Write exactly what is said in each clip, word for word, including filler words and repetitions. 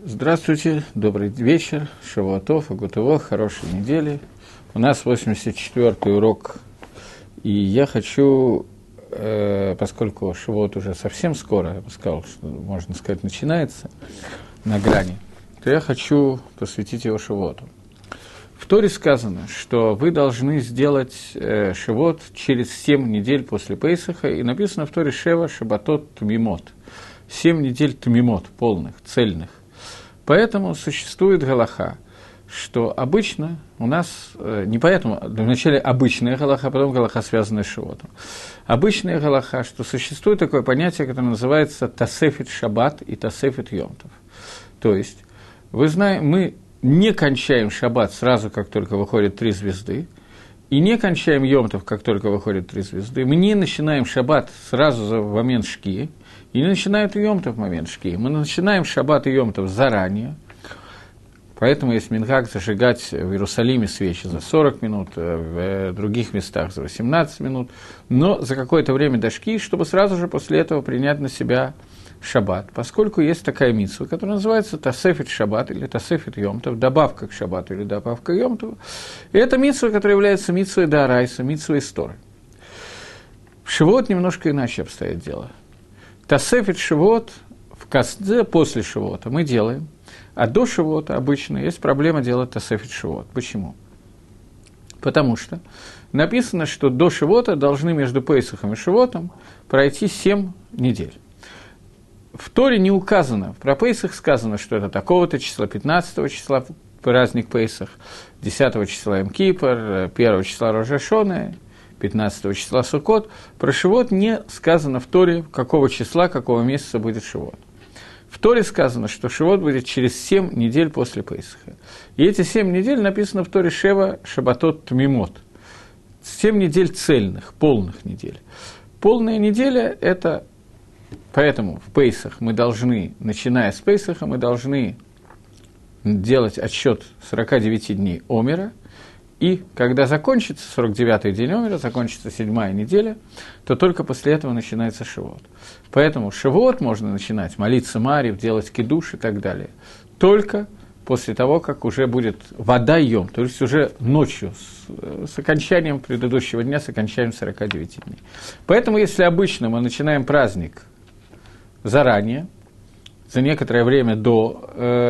Здравствуйте, добрый вечер, шавуатов, агутово, хорошей недели. У нас восемьдесят четвёртый урок, и я хочу, э, поскольку шавуот уже совсем скоро, я бы сказал, что, можно сказать, начинается на грани, то я хочу посвятить его шавуоту. В Торе сказано, что вы должны сделать э, шавуот через семь недель после Пейсаха, и написано в Торе «Шева шабатот тмимот». Семь недель тмимот, полных, цельных. Поэтому существует галаха, что обычно у нас, э, не поэтому, вначале обычная галаха, потом галаха, связанная с шавуотом. Обычная галаха, что существует такое понятие, которое называется тасефет шаббат и тасефет йомтов. То есть, вы знаете, мы не кончаем шаббат сразу, как только выходят три звезды, и не кончаем йомтов, как только выходят три звезды. Мы не начинаем шаббат сразу в момент шки, и не начинаем йомтов в момент шки. Мы начинаем шаббат и йомтов заранее, поэтому есть минхаг зажигать в Иерусалиме свечи за сорок минут, в других местах за восемнадцать минут, но за какое-то время до шки, чтобы сразу же после этого принять на себя шаббат, поскольку есть такая мицва, которая называется тасефет шаббат или тасефет йомтов, добавка к шаббату или добавка к йомтову. И это мицва, которая является мицвой даарайса, мицвой Торы. В шавуот немножко иначе обстоит дело. Тасефет шавуот в касде после шавуота мы делаем, а до шавуота обычно есть проблема делать тасефет шавуот. Почему? Потому что написано, что до шавуота должны между Пейсахом и шавуотом пройти семь недель. В Торе не указано, про Пейсах сказано, что это такого-то числа, пятнадцатого числа праздник Пейсах, десятого числа Йом-Кипр, первого числа Рош ха-Шана, пятнадцатого числа Суккот. Про шавуот не сказано в Торе, какого числа, какого месяца будет шавуот. В Торе сказано, что шавуот будет через семь недель после Пейсаха. И эти семь недель написано в Торе «Шева шабатот тмимот». семь недель цельных, полных недель. Полная неделя – это... Поэтому в Пейсах мы должны, начиная с Пейсаха, мы должны делать отсчет сорока девяти дней Омера, и когда закончится сорок девятый день Омера, закончится седьмая неделя, то только после этого начинается шавуот. Поэтому шавуот можно начинать, молиться Марив, делать кидуш и так далее, только после того, как уже будет вода йом, то есть уже ночью, с, с окончанием предыдущего дня, с окончанием сорока девяти дней. Поэтому, если обычно мы начинаем праздник заранее, за некоторое время до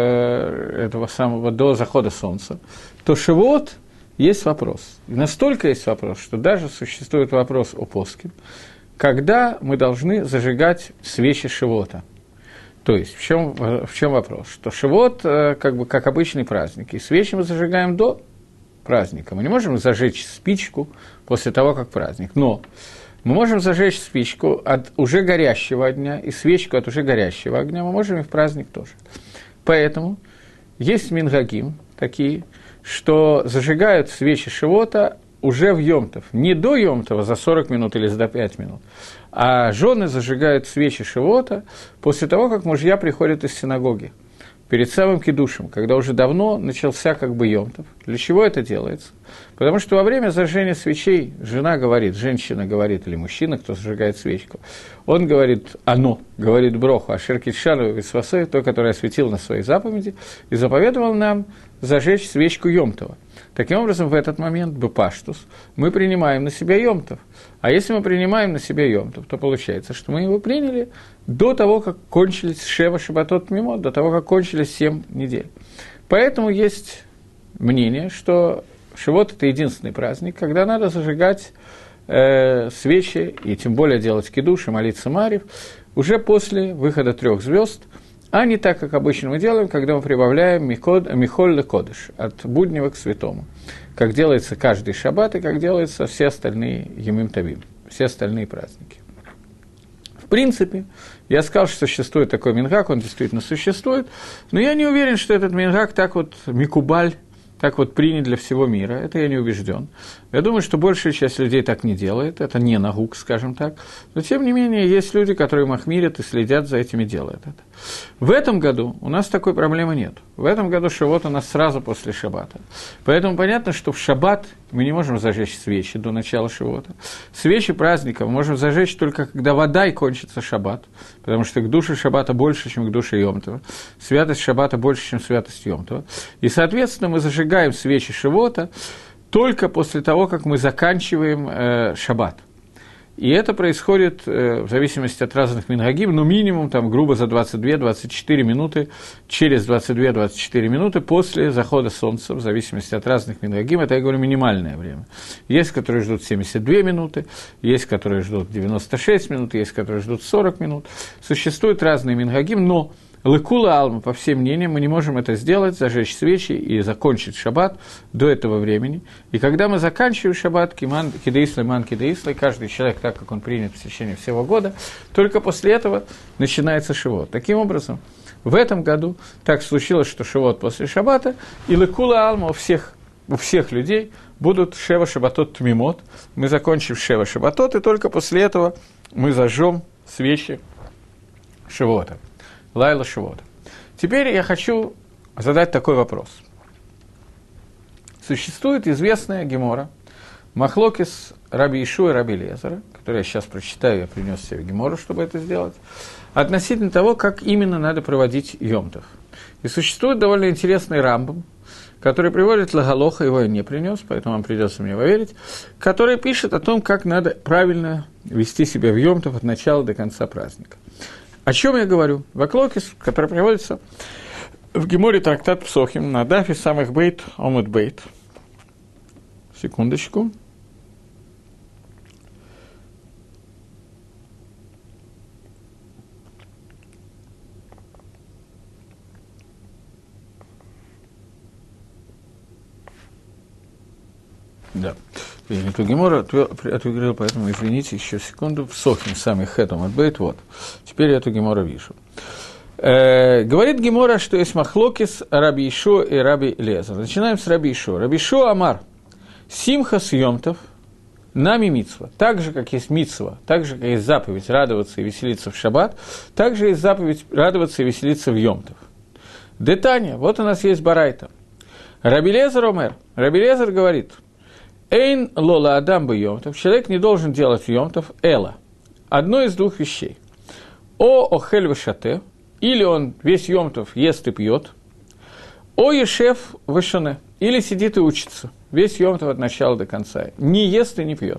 э, этого самого, до захода солнца, то шавуот есть вопрос. И настолько есть вопрос, что даже существует вопрос о поске, когда мы должны зажигать свечи шавуота. То есть, в чем, в чем вопрос? Что шавуот, э, как бы, как обычный праздник, и свечи мы зажигаем до праздника. Мы не можем зажечь спичку после того, как праздник, но мы можем зажечь спичку от уже горящего огня и свечку от уже горящего огня, мы можем и в праздник тоже. Поэтому есть мингагим такие, что зажигают свечи шавуота уже в йомтов, не до йомтова за сорок минут или за пять минут, а жены зажигают свечи шавуота после того, как мужья приходят из синагоги, перед самым кидушем, когда уже давно начался как бы йомтов. Для чего это делается? Потому что во время зажжения свечей жена говорит, женщина говорит, или мужчина, кто зажигает свечку, он говорит, оно, говорит броху, ашер китшану висвасой, то, который осветил на своей заповеди, и заповедовал нам зажечь свечку йомтова. Таким образом, в этот момент, бепаштус, мы принимаем на себя йомтов. А если мы принимаем на себя йомтов, то получается, что мы его приняли до того, как кончились шева шабатот тмимот, до того, как кончились семь недель. Поэтому есть мнение, что шавуот – это единственный праздник, когда надо зажигать э, свечи, и тем более делать кидуш и молиться Марив, уже после выхода трех звезд, а не так, как обычно мы делаем, когда мы прибавляем михоль ле кодеш, от буднего к святому, как делается каждый шаббат и как делаются все остальные ямим тавим, все остальные праздники. В принципе, я сказал, что существует такой мингак, он действительно существует, но я не уверен, что этот мингак так вот микубаль, так вот принят для всего мира, это я не убежден. Я думаю, что большая часть людей так не делает, это не нагук, скажем так, но тем не менее есть люди, которые махмирят и следят за этим и делают это. В этом году у нас такой проблемы нет. В этом году Шавуот у нас сразу после Шаббата. Поэтому понятно, что в Шаббат мы не можем зажечь свечи до начала Шавуота. Свечи праздника мы можем зажечь только когда вода и кончится Шаббат, потому что к душе Шаббата больше, чем к душе Йом-Това. Святость Шаббата больше, чем святость Йом-Това. И, соответственно, мы зажигаем свечи Шавуота только после того, как мы заканчиваем э, Шаббат. И это происходит э, в зависимости от разных мингагим, но минимум, там, грубо, за двадцать две - двадцать четыре минуты, через двадцать две - двадцать четыре минуты после захода солнца, в зависимости от разных мингагим, это, я говорю, минимальное время. Есть, которые ждут семьдесят две минуты, есть, которые ждут девяносто шесть минут, есть, которые ждут сорок минут. Существуют разные мингагим, но Лекула Алма, по всем мнениям, мы не можем это сделать, зажечь свечи и закончить шаббат до этого времени. И когда мы заканчиваем шаббат, киман, кидаислай, ман кидаислай, каждый человек так, как он принят в течение всего года, только после этого начинается шавуот. Таким образом, в этом году так случилось, что шавуот после шаббата, и лекула Алма у всех, у всех людей будут шева шаббатот тмимот. Мы закончим шева шаббатот, и только после этого мы зажжем свечи шавуота. Лайла Шавуота. Теперь я хочу задать такой вопрос. Существует известная гемора Махлокис Раби Ишуа и Раби Элиэзера, которую я сейчас прочитаю, я принес себе гемору, чтобы это сделать, относительно того, как именно надо проводить Йом-Тов. И существует довольно интересный Рамбам, который приводит Лагалоха, его я не принес, поэтому вам придется мне поверить, который пишет о том, как надо правильно вести себя в Йом-Тов от начала до конца праздника. О чем я говорю? Ваклокис, который приводится в Геморе трактат Псохим, на дафе самых бейт, омут бейт. Секундочку. Да. Я не ту гемору отвергал, поэтому извините, еще секунду. В Сохим самый хэтом отбейт, вот. Теперь я эту гемору вижу. Э, говорит гемора, что есть махлокис Раби Ишуа и Раби Элиэзер. Начинаем с Раби Ишуа. Раби Ишуа Амар. Симхас Йом-Тов нами мицва. Так же, как есть мицва, так же, как есть заповедь радоваться и веселиться в шаббат, так же есть заповедь радоваться и веселиться в Йом-Тов. Детания. Вот у нас есть барайта. Раби Элиэзер Омер. Раби Элиэзер говорит: Эйн лола адам бы Йом-Тов, человек не должен делать Йом-Тов, эла, одно из двух вещей. О охель вешате, или он весь Йом-Тов ест и пьет, о ешев вешане, или сидит и учится, весь Йом-Тов от начала до конца, не ест и не пьет.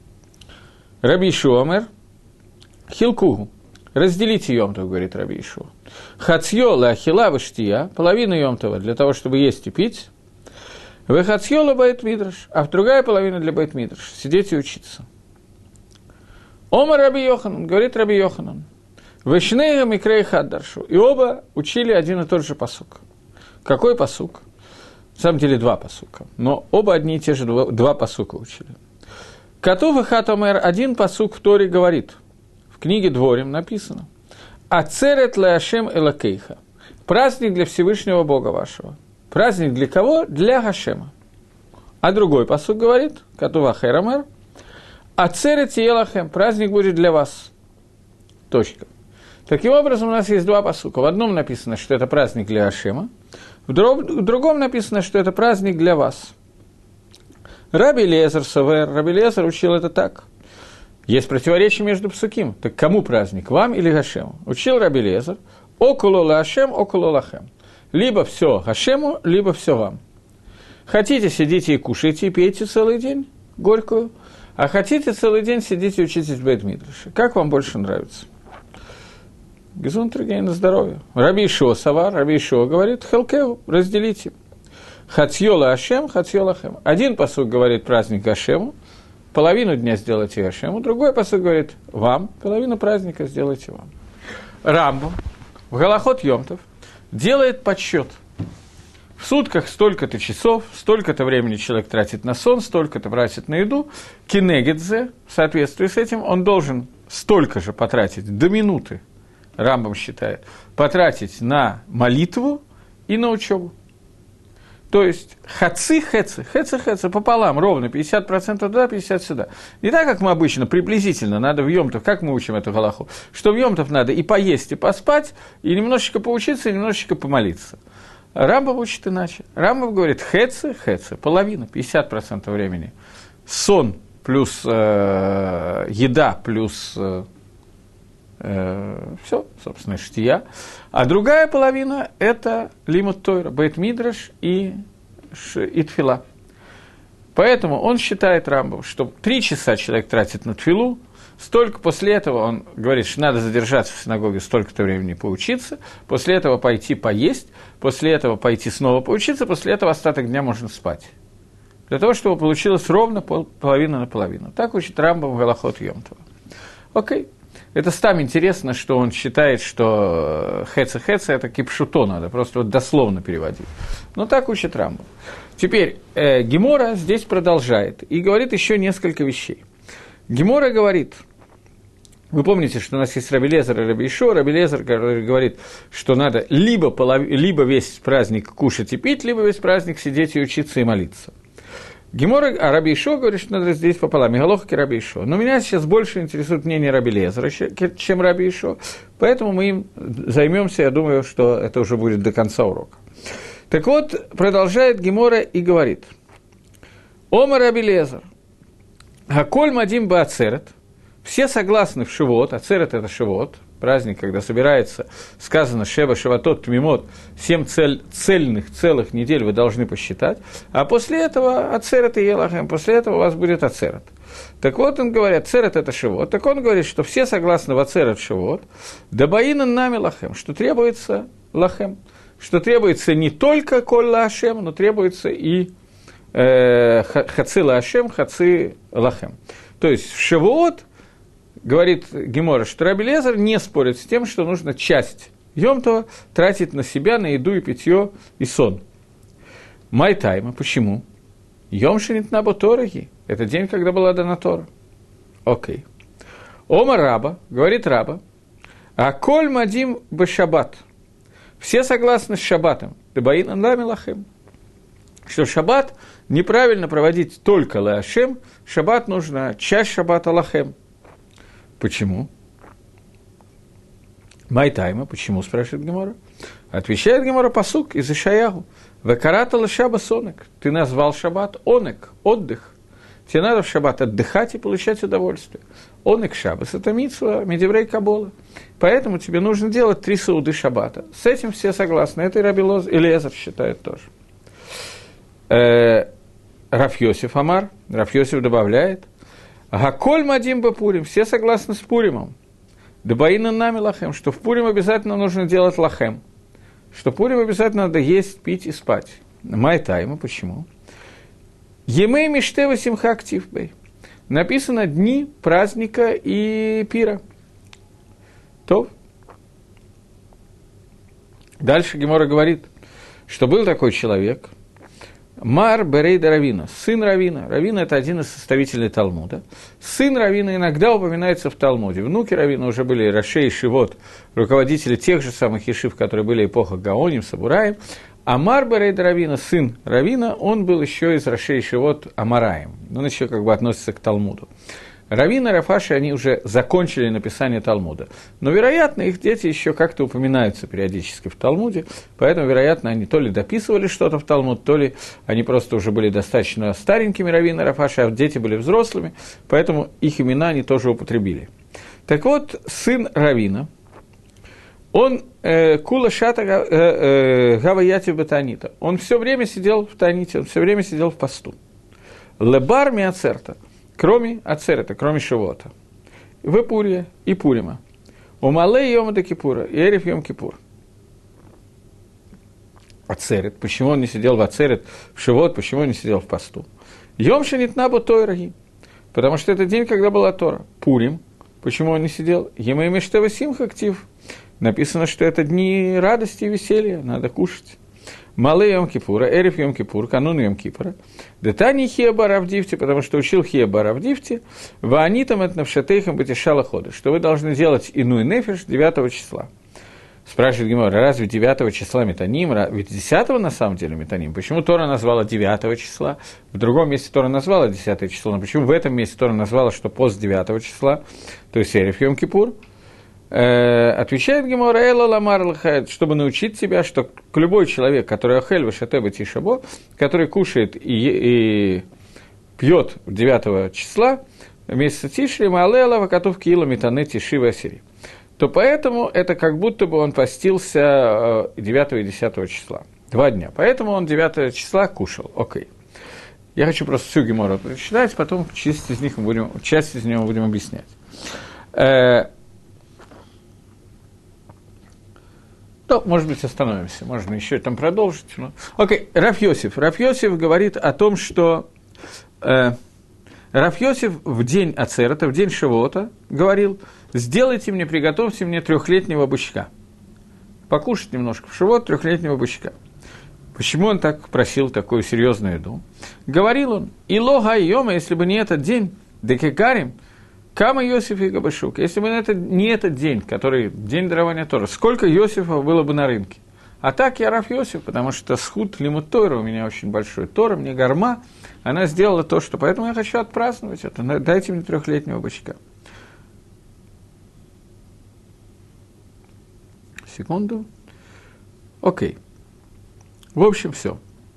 Раби Ишуа омер, хилкугу, разделите Йом-Тов, говорит Раби Ишуа. Хацьё ла ахила вештия, половину Йом-Това для того, чтобы есть и пить, Вехацьёла бейт-мидраш, а другая половина для бейт-мидраш, сидеть и учиться. Омар Раби Йоханан, говорит Раби Йоханан, Вешнея микрей хаддаршу, и оба учили один и тот же пасук. Какой пасук? На самом деле два пасука, но оба одни и те же два, два пасука учили. Катув и хатомер, один пасук в Торе говорит, в книге Дворим написано, Ацерет леашем элакейха, праздник для Всевышнего Бога вашего. Праздник для кого? Для Гашема. А другой пасук говорит, Катува Херамер, Ацерет Елахем, праздник будет для вас. Точка. Таким образом, у нас есть два пасука. В одном написано, что это праздник для Гашема, в другом написано, что это праздник для вас. Раби Элиэзер Совер, Раби Элиэзер учил это так. Есть противоречие между псуким. Так кому праздник, вам или Гашему? Учил Раби Элиэзер, около Лашем, около Лахем. Либо все Хашему, либо все вам. Хотите, сидите и кушайте, и пейте целый день горькую, а хотите, целый день сидите и учитесь в бейт-мидраше. Как вам больше нравится? Гезунтрагей на здоровье. Раби Ишуа Савар, Раби Ишуа говорит, хелкеу, разделите. Хацьёла Ашем, хацьёла Хем. Один пасук говорит праздник Гашему, половину дня сделайте Гашему, другой пасук говорит вам, половину праздника сделайте вам. Рамбам в Галахот Йом-Тов делает подсчет. В сутках столько-то часов, столько-то времени человек тратит на сон, столько-то тратит на еду. Кинегедзе, в соответствии с этим, он должен столько же потратить до минуты, Рамбам считает, потратить на молитву и на учебу. То есть хаци хэци, хэци хэци пополам, ровно пятьдесят процентов туда, пятьдесят процентов сюда. Не так, как мы обычно, приблизительно, надо в Йом-Тов, как мы учим эту галаху, что в Йом-Тов надо и поесть, и поспать, и немножечко поучиться, и немножечко помолиться. Рамбам учит иначе. Рамбам говорит, хэцы, хэцы, половина, пятьдесят процентов времени. Сон плюс э, еда плюс э, э, все, собственно, штия. А другая половина – это лимут Тойра, бейт мидраш и, и тфила. Поэтому он считает, Рамбам, что три часа человек тратит на тфилу, столько после этого он говорит, что надо задержаться в синагоге столько-то времени поучиться, после этого пойти поесть, после этого пойти снова поучиться, после этого остаток дня можно спать. Для того, чтобы получилось ровно пол, половина на половину. Так учит Рамбам Галахот Йом Това. Окей. Это там интересно, что он считает, что хэца-хэца – это кипшуто надо, просто вот дословно переводить. Но так учит Рамбам. Теперь э, Гемора здесь продолжает и говорит еще несколько вещей. Гемора говорит, вы помните, что у нас есть Раби Лезер и Раби Ишо, Раби Лезер говорит, что надо либо, полов... либо весь праздник кушать и пить, либо весь праздник сидеть и учиться и молиться. Гемора, а Раби Ишо говорит, что надо разделить пополам, Мегалохаки Раби Ишо. Но меня сейчас больше интересует мнение Раби Лезера, чем Раби Ишо, поэтому мы им займемся, я думаю, что это уже будет до конца урока. Так вот, продолжает Гемора и говорит, Ома Раби Лезер, Гаколь Мадим Баацерет, все согласны в Шивот, Ацерет – это Шивот, праздник, когда собирается, сказано Шева, Шиватот, Тмимот, семь цель, цельных, целых недель вы должны посчитать, а после этого Ацерет и Елахем, после этого у вас будет Ацерет. Так вот, он говорит, Ацерет – это Шивот, так он говорит, что все согласны в Ацерет Шивот, дабаина нами Лахем, что требуется Лахем, что требуется не только Коль Лашем, но требуется и Хаци Лашем, Хаци Лахем. То есть в Шивот, говорит Гемора, что Раби Лезер не спорит с тем, что нужно часть Йом Това тратить на себя, на еду и питье и сон. Майтайма, почему? Йом Шенит Набо Тораги, это день, когда была дана Тора. Окей. Ома Раба, говорит Раба, а Коль Мадим Башабат, все согласны с Шаббатом, Дебаин Анлами Лахем, что шаббат неправильно проводить только лашем, шаббат нужно часть шаббата лахем. Почему? Майтайма, почему, спрашивает Гемора? Отвечает Гемора пасук из Ишаяху. Векарата лашаба сонек. Ты назвал шаббат онек, отдых. Тебе надо в шаббат отдыхать и получать удовольствие. Онек шаббас – это мицва, медеврей кабола. Поэтому тебе нужно делать три сауды шаббата. С этим все согласны. Это и Раби Лезер считает тоже. Рав Йосиф Амар, Рав Йосиф добавляет, Гаколь Мадим Бапурим, все согласны с Пуримом, Дабаина нами Лахем, что в Пурим обязательно нужно делать Лахем, что в Пурим обязательно надо есть, пить и спать. Майтайма, почему? Емей Миштева Симха Активбей, написано дни праздника и пира. То. Дальше Гемора говорит, что был такой человек, Мар Берейда Равина, сын Равина. Равина – это один из составителей Талмуда. Сын Равина иногда упоминается в Талмуде. Внуки Равина уже были Рашей и Шивот, руководители тех же самых ешив, которые были эпоха Гаоним, Сабураем. А Мар Берейда Равина, сын Равина, он был еще из Рашей и Шивот Амараем. Он еще как бы относится к Талмуду. Равин и Рафаши, они уже закончили написание Талмуда. Но, вероятно, их дети еще как-то упоминаются периодически в Талмуде, поэтому, вероятно, они то ли дописывали что-то в Талмуд, то ли они просто уже были достаточно старенькими, Равин и Рафаши, а дети были взрослыми, поэтому их имена они тоже употребили. Так вот, сын Равина, он кула шата гаваяти батанита, он все время сидел в таните, он все время сидел в посту. Лебар миацерта. Кроме Ацерета, кроме Шивота. В Пурия и Пурима. У Малей Йома де Кипура и Эрев Йом Кипур. Ацерет. Почему он не сидел в Ацерет, в Шивот, почему он не сидел в посту? Йом Шенит Набо Тойраги. Потому что это день, когда была Тора. Пурим. Почему он не сидел? Емей Мештева Симха Актив. Написано, что это дни радости и веселья, надо кушать. Малый Йом Кипура, Эрев Йом Кипур, канун Йом Кипура. Детани Хиеба Равдифти, потому что учил Хиеба Равдифти, Ваанитам это навшатейхам батишала хода, что вы должны делать иную нефиш девятого числа. Спрашивает Гемора, разве девятого числа метаним, ведь десятого на самом деле метаним? Почему Тора назвала девятого числа? В другом месте Тора назвала десятое число, но почему в этом месте Тора назвала, что пост девятого числа, то есть Эрев Йом Кипур? Э, отвечает Гемора, «Эла ламар лхает», чтобы научить тебя, что любой человек, который ахель вешатеба тишабо, который кушает и, и пьет девятого числа, месяца Тишри, маалела вакатув киила метане тиши васири, то поэтому это как будто бы он постился девятого и десятого числа. Два дня. Поэтому он девятого числа кушал. Окей. Я хочу просто всю Гемору прочитать, потом часть из них мы будем, часть из него будем объяснять. Э, ну, может быть, остановимся. Можно еще там продолжить. Но... Окей. Рав Йосиф. Рав Йосиф говорит о том, что э, Рав Йосиф в день Ацерета, в день Шавуота, говорил: сделайте мне, приготовьте мне трехлетнего бычка. Покушать немножко в Шавуот трехлетнего бычка. Почему он так просил такую серьезную еду? Говорил он: «Ило гайома, если бы не этот день, декекарим, кама Йосиф и Габашук». Если бы это, не этот день, который день дарования Тора, сколько Йосифов было бы на рынке? А так я Рав Йосиф, потому что схуд лимут Тора у меня очень большой. Тора мне гарма, она сделала то, что... Поэтому я хочу отпраздновать это. Дайте мне трехлетнего бычка. Секунду. Окей. В общем, все.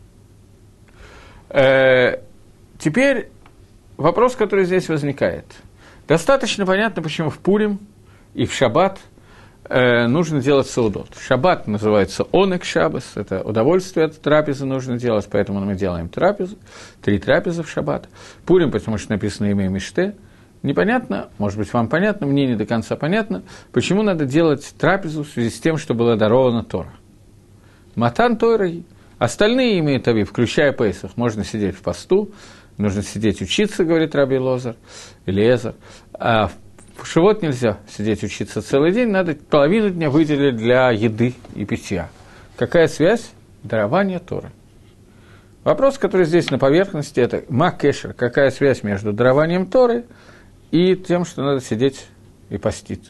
Э, теперь вопрос, который здесь возникает. Достаточно понятно, почему в Пурим и в Шаббат э, нужно делать саудот. Шаббат называется онек шаббас, это удовольствие от трапезы нужно делать, поэтому мы делаем трапезу, три трапезы в Шаббат. Пурим, потому что написано имя Миште. Непонятно, может быть, вам понятно, мне не до конца понятно, почему надо делать трапезу в связи с тем, что была дарована Тора. Матан Тойрой. Остальные имеют ави, включая Пейсах, можно сидеть в посту, нужно сидеть учиться, говорит Раби Лозар, или Эзар. А в Шавуот нельзя сидеть учиться целый день, надо половину дня выделить для еды и питья. Какая связь? Дарование Торы. Вопрос, который здесь на поверхности, это макэшер, какая связь между дарованием Торы и тем, что надо сидеть и постить,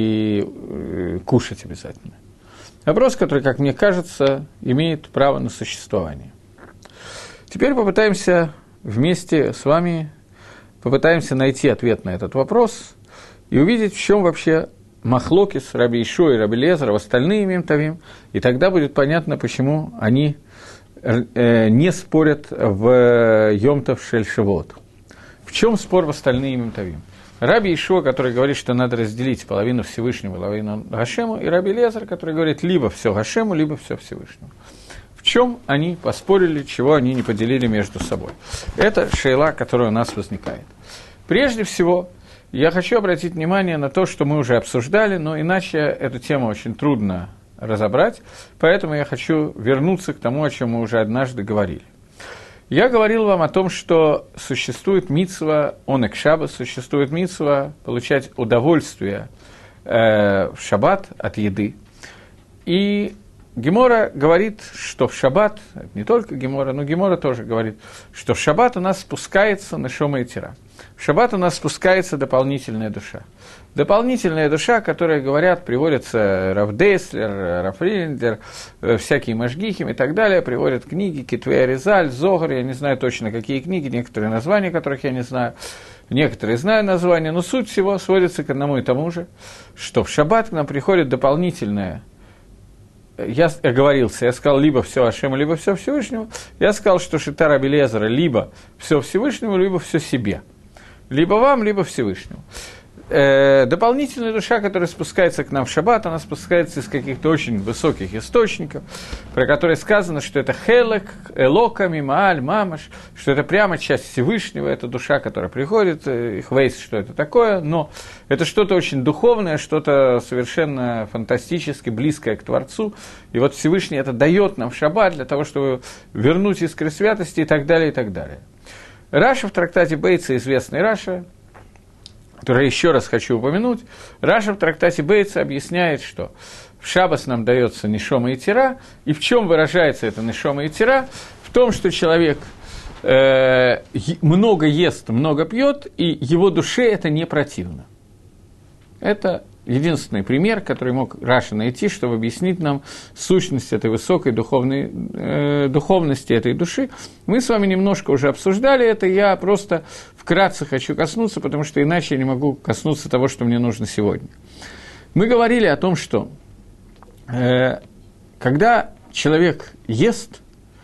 и кушать обязательно. Вопрос, который, как мне кажется, имеет право на существование. Теперь попытаемся вместе с вами, попытаемся найти ответ на этот вопрос и увидеть, в чем вообще махлокис Раби Ишуа и Раби Лезер, остальные Мем Тавим, и тогда будет понятно, почему они э, не спорят в Йом Тов Шель Шавуот. В чем спор в остальные Мем Тавим? Раби Ишуа, который говорит, что надо разделить половину Всевышнего и половину Гашему, и Раби Лезер, который говорит, либо все Гашему, либо все Всевышнему. В чем они поспорили, чего они не поделили между собой? Это шейла, которая у нас возникает. Прежде всего, я хочу обратить внимание на то, что мы уже обсуждали, но иначе эту тему очень трудно разобрать, поэтому я хочу вернуться к тому, о чем мы уже однажды говорили. Я говорил вам о том, что существует мицва онек шаббат, существует мицва получать удовольствие э, в шаббат от еды. И Гемора говорит, что в шаббат, не только Гемора, но Гемора тоже говорит, что в шаббат у нас спускается нешома йетира. В шаббат у нас спускается дополнительная душа. Дополнительная душа, которая, говорят, приводятся Рав Дейслер, Рав Риллиндер, всякие Машгихим и так далее, приводят книги, Китвей Аризаль, Зогар, я не знаю точно, какие книги, некоторые названия, которых я не знаю, некоторые знаю названия, но суть всего сводится к одному и тому же, что в шаббат к нам приходит дополнительная. Я оговорился, я сказал либо все Ашему, либо все Всевышнему. Я сказал, что Шита Раби Лезера либо все Всевышнему, либо все себе. Либо вам, либо Всевышнему. Э, дополнительная душа, которая спускается к нам в шаббат, она спускается из каких-то очень высоких источников, про которые сказано, что это хелек, элока, мимааль, мамаш, что это прямо часть Всевышнего, это душа, которая приходит, хвейс, что это такое, но это что-то очень духовное, что-то совершенно фантастически близкое к Творцу, и вот Всевышний это дает нам в шаббат для того, чтобы вернуть искры святости и так далее, и так далее. Раша в трактате Бейца, известный Раша, который еще раз хочу упомянуть, Раша в трактате Бейца объясняет, что в шаббас нам дается нешома йетира, и в чем выражается это нешома йетира? В том, что человек э, много ест, много пьет, и его душе это не противно. Это единственный пример, который мог Раша найти, чтобы объяснить нам сущность этой высокой духовной, э, духовности этой души. Мы с вами немножко уже обсуждали это, я просто вкратце хочу коснуться, потому что иначе я не могу коснуться того, что мне нужно сегодня. Мы говорили о том, что э, когда человек ест,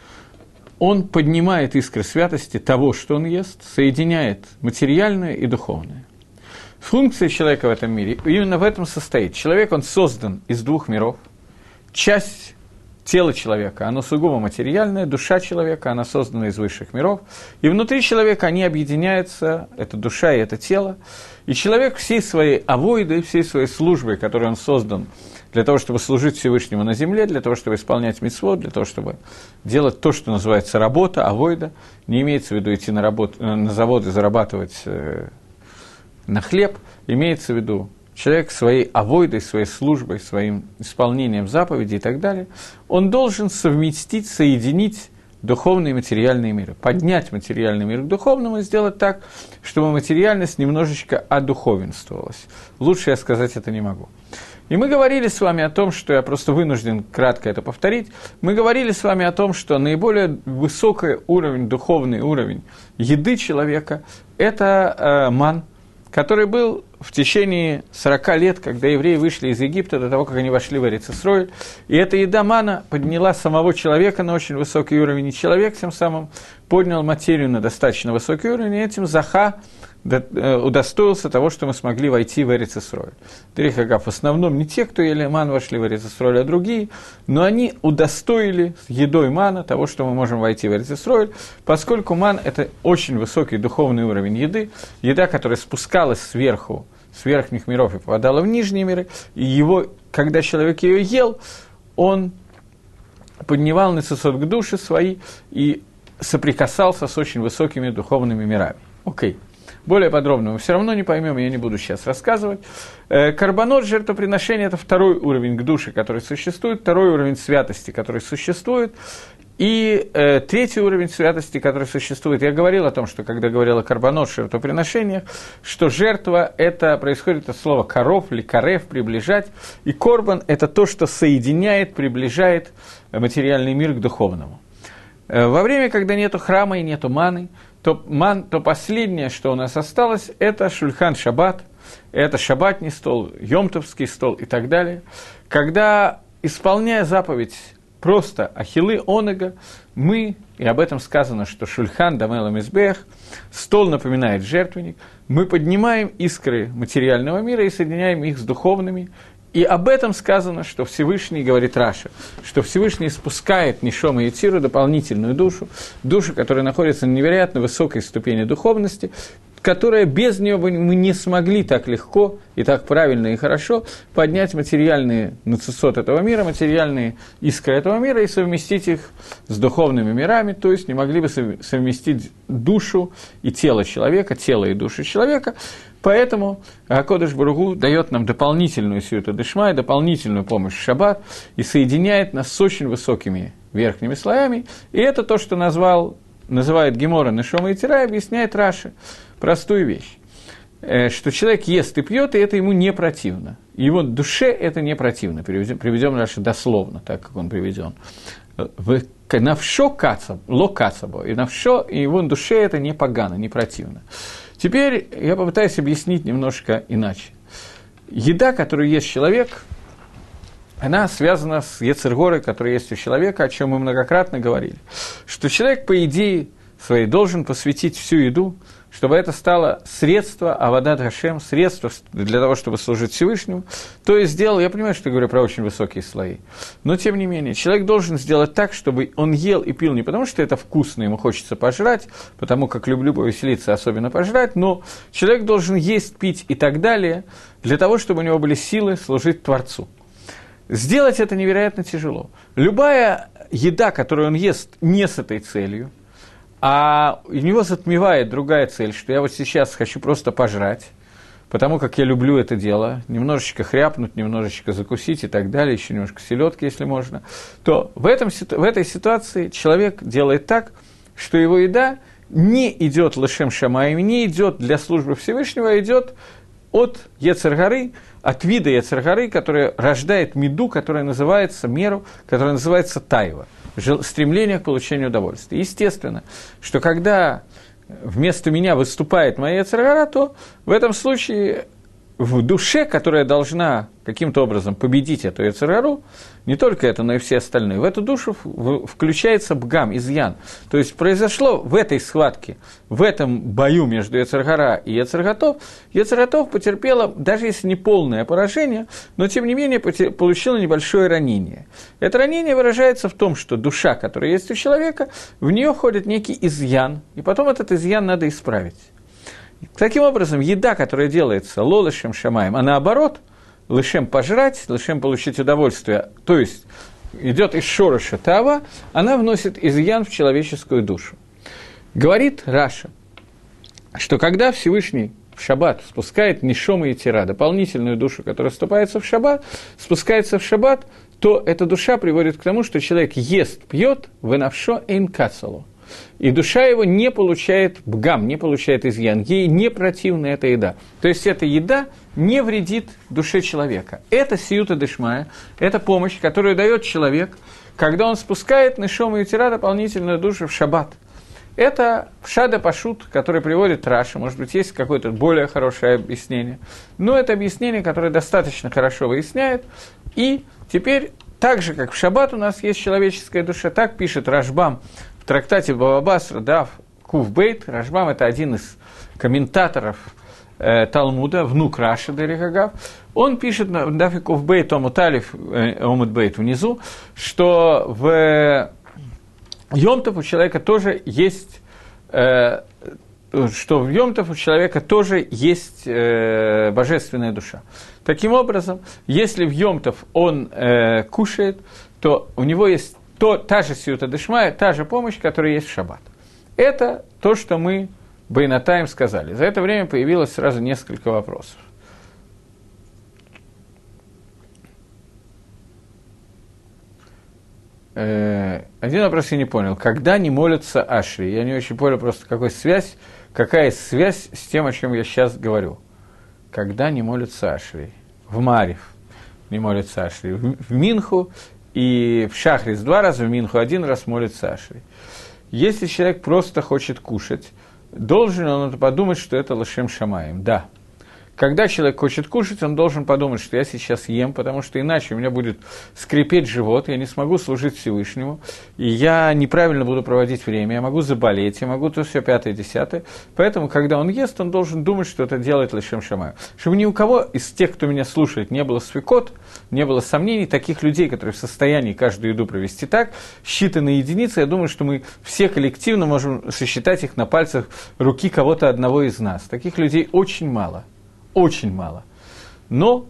он поднимает искры святости того, что он ест, соединяет материальное и духовное. Функция человека в этом мире именно в этом состоит. Человек, он создан из двух миров. Часть тела человека, оно сугубо материальное, душа человека, она создана из высших миров. И внутри человека они объединяются, это душа и это тело. И человек всей своей авойдой, всей своей службой, которой он создан для того, чтобы служить Всевышнему на земле, для того, чтобы исполнять мицвот, для того, чтобы делать то, что называется работа, авойда, не имеется в виду идти на, работу, на завод и зарабатывать э, на хлеб, имеется в виду человек своей авойдой, своей службой, своим исполнением заповедей и так далее, он должен совместить, соединить духовные и материальные миры, поднять материальный мир к духовному и сделать так, чтобы материальность немножечко одуховенствовалась. Лучше я сказать это не могу. И мы говорили с вами о том, что я просто вынужден кратко это повторить, мы говорили с вами о том, что наиболее высокий уровень, духовный уровень еды человека – это э, ман, который был в течение сорока лет, когда евреи вышли из Египта, до того, как они вошли в Эрец Исроэль. И эта еда мана подняла самого человека на очень высокий уровень, и человек тем самым поднял материю на достаточно высокий уровень, и этим Заха удостоился того, что мы смогли войти в Эрец Исроэль. Дерих Агав, в основном не те, кто ели ман, вошли в Эрец Исроэль, а другие, но они удостоили едой мана того, что мы можем войти в Эрец Исроэль, поскольку ман – это очень высокий духовный уровень еды, еда, которая спускалась сверху, с верхних миров и попадала в нижние миры, и его, когда человек ее ел, он поднимал нецесот к душе свои и соприкасался с очень высокими духовными мирами. Окей. Более подробно мы все равно не поймем, я не буду сейчас рассказывать. Карбонот, жертвоприношение – это второй уровень к душе, который существует, второй уровень святости, который существует, и э, третий уровень святости, который существует. Я говорил о том, что когда говорил о карбонот, жертвоприношениях, что жертва – это происходит от слова «коров» или «карев», «приближать», и корбан – это то, что соединяет, приближает материальный мир к духовному. Во время, когда нету храма и нету маны, то, ман, то последнее, что у нас осталось, это шульхан шаббат, это шаббатный стол, йомтовский стол и так далее. Когда, исполняя заповедь просто ахилы онега, мы, и об этом сказано, что шульхан дамела мизбех, стол напоминает жертвенник, мы поднимаем искры материального мира и соединяем их с духовными. И об этом сказано, что Всевышний, говорит Раша, что Всевышний спускает Нишома Йециру дополнительную душу, душу, которая находится на невероятно высокой ступени духовности, которая без нее бы мы не смогли так легко и так правильно и хорошо поднять материальные нецесот этого мира, материальные искры этого мира и совместить их с духовными мирами, то есть не могли бы совместить душу и тело человека, тело и душу человека. Поэтому Акодыш Барух Ху дает нам дополнительную сиюта дешмай, дополнительную помощь в шаббат и соединяет нас с очень высокими верхними слоями. И это то, что назвал, называет Гемора Нешома Йетира, и объясняет Раши простую вещь, что человек ест и пьет, и это ему не противно. Его душе это не противно. Приведем, приведем Раши дословно, так как он приведен. Навшо кацаб, ло кацабо, и навшо, и его душе это не погано, не противно. Теперь я попытаюсь объяснить немножко иначе. Еда, которую ест человек, она связана с йецер горой, которая есть у человека, о чем мы многократно говорили. Что человек, по идее своей, должен посвятить всю еду, чтобы это стало средство, авадат Гашем, средство для того, чтобы служить Всевышнему, то есть сделал, я понимаю, что я говорю про очень высокие слои, но тем не менее, человек должен сделать так, чтобы он ел и пил не потому, что это вкусно, ему хочется пожрать, потому как люблю повеселиться, особенно пожрать, но человек должен есть, пить и так далее, для того, чтобы у него были силы служить Творцу. Сделать это невероятно тяжело. Любая еда, которую он ест не с этой целью, а у него затмевает другая цель, что я вот сейчас хочу просто пожрать, потому как я люблю это дело, немножечко хряпнуть, немножечко закусить и так далее, еще немножко селедки, если можно, то в, этом, в этой ситуации человек делает так, что его еда не идет лешем шамаим, не идет для службы Всевышнего, а идет от йецер горы, от вида йецер горы, которая рождает миду, которая называется меру, которая называется тайва. Стремление к получению удовольствия. Естественно, что когда вместо меня выступает моя йецер гора, то в этом случае в душе, которая должна каким-то образом победить эту Йецер гару, не только это, но и все остальные, в эту душу включается бгам, изъян. То есть произошло в этой схватке, в этом бою между Йецер гара и Йецер готов, Йецер готов потерпела, даже если не полное поражение, но тем не менее получила небольшое ранение. Это ранение выражается в том, что душа, которая есть у человека, в нее входит некий изъян, и потом этот изъян надо исправить. Таким образом, еда, которая делается лолышем шамаем, а наоборот, лышем пожрать, лышем получить удовольствие, то есть идет из шороша тава, она вносит изъян в человеческую душу. Говорит Раша, что когда Всевышний в шаббат спускает нишома йетира, дополнительную душу, которая вступается в шаббат, спускается в шаббат, то эта душа приводит к тому, что человек ест, пьет, венавшо эйн кацало. И душа его не получает бгам, не получает изъян, ей не противна эта еда. То есть эта еда не вредит душе человека. Это сиюта дешмая, это помощь, которую дает человек, когда он спускает нишома йетира, дополнительную душу в шаббат. Это пшада пашут, который приводит Раша, может быть, есть какое-то более хорошее объяснение, но это объяснение, которое достаточно хорошо выясняет. И теперь, так же, как в шаббат у нас есть человеческая душа, так пишет Рашбам в трактате Бава Басра, Дав Кув Бейт. Рашбам – это один из комментаторов э, Талмуда, внук Раши Дерихагав. Он пишет на Дафе Кув Бейт, Омут Алиф, э, Омут Бейт внизу, что в Йом-Тов у человека тоже есть, э, что в Йом-Тов у человека тоже есть э, божественная душа. Таким образом, если в Йом-Тов он э, кушает, то у него есть то, та же сиюта дешмая, та же помощь, которая есть в шаббат. Это то, что мы бейнатаим сказали. За это время появилось сразу несколько вопросов. Один вопрос я не понял. Когда не молятся ашри? Я не очень понял просто, какая связь, какая связь с тем, о чем я сейчас говорю. Когда не молятся ашри? В Марив не молятся ашри. В Минху и в Шахрис два раза, в Минху один раз молятся ашри. Если человек просто хочет кушать, должен он подумать, что это лашем шамаем? Да. Когда человек хочет кушать, он должен подумать, что я сейчас ем, потому что иначе у меня будет скрипеть живот, я не смогу служить Всевышнему, и я неправильно буду проводить время, я могу заболеть, я могу то все пятое, десятое. Поэтому, когда он ест, он должен думать, что это делает лашем шамаю. Чтобы ни у кого из тех, кто меня слушает, не было свекот, не было сомнений, таких людей, которые в состоянии каждую еду провести так, считанные единицы, я думаю, что мы все коллективно можем сосчитать их на пальцах руки кого-то одного из нас. Таких людей очень мало. Очень мало. Но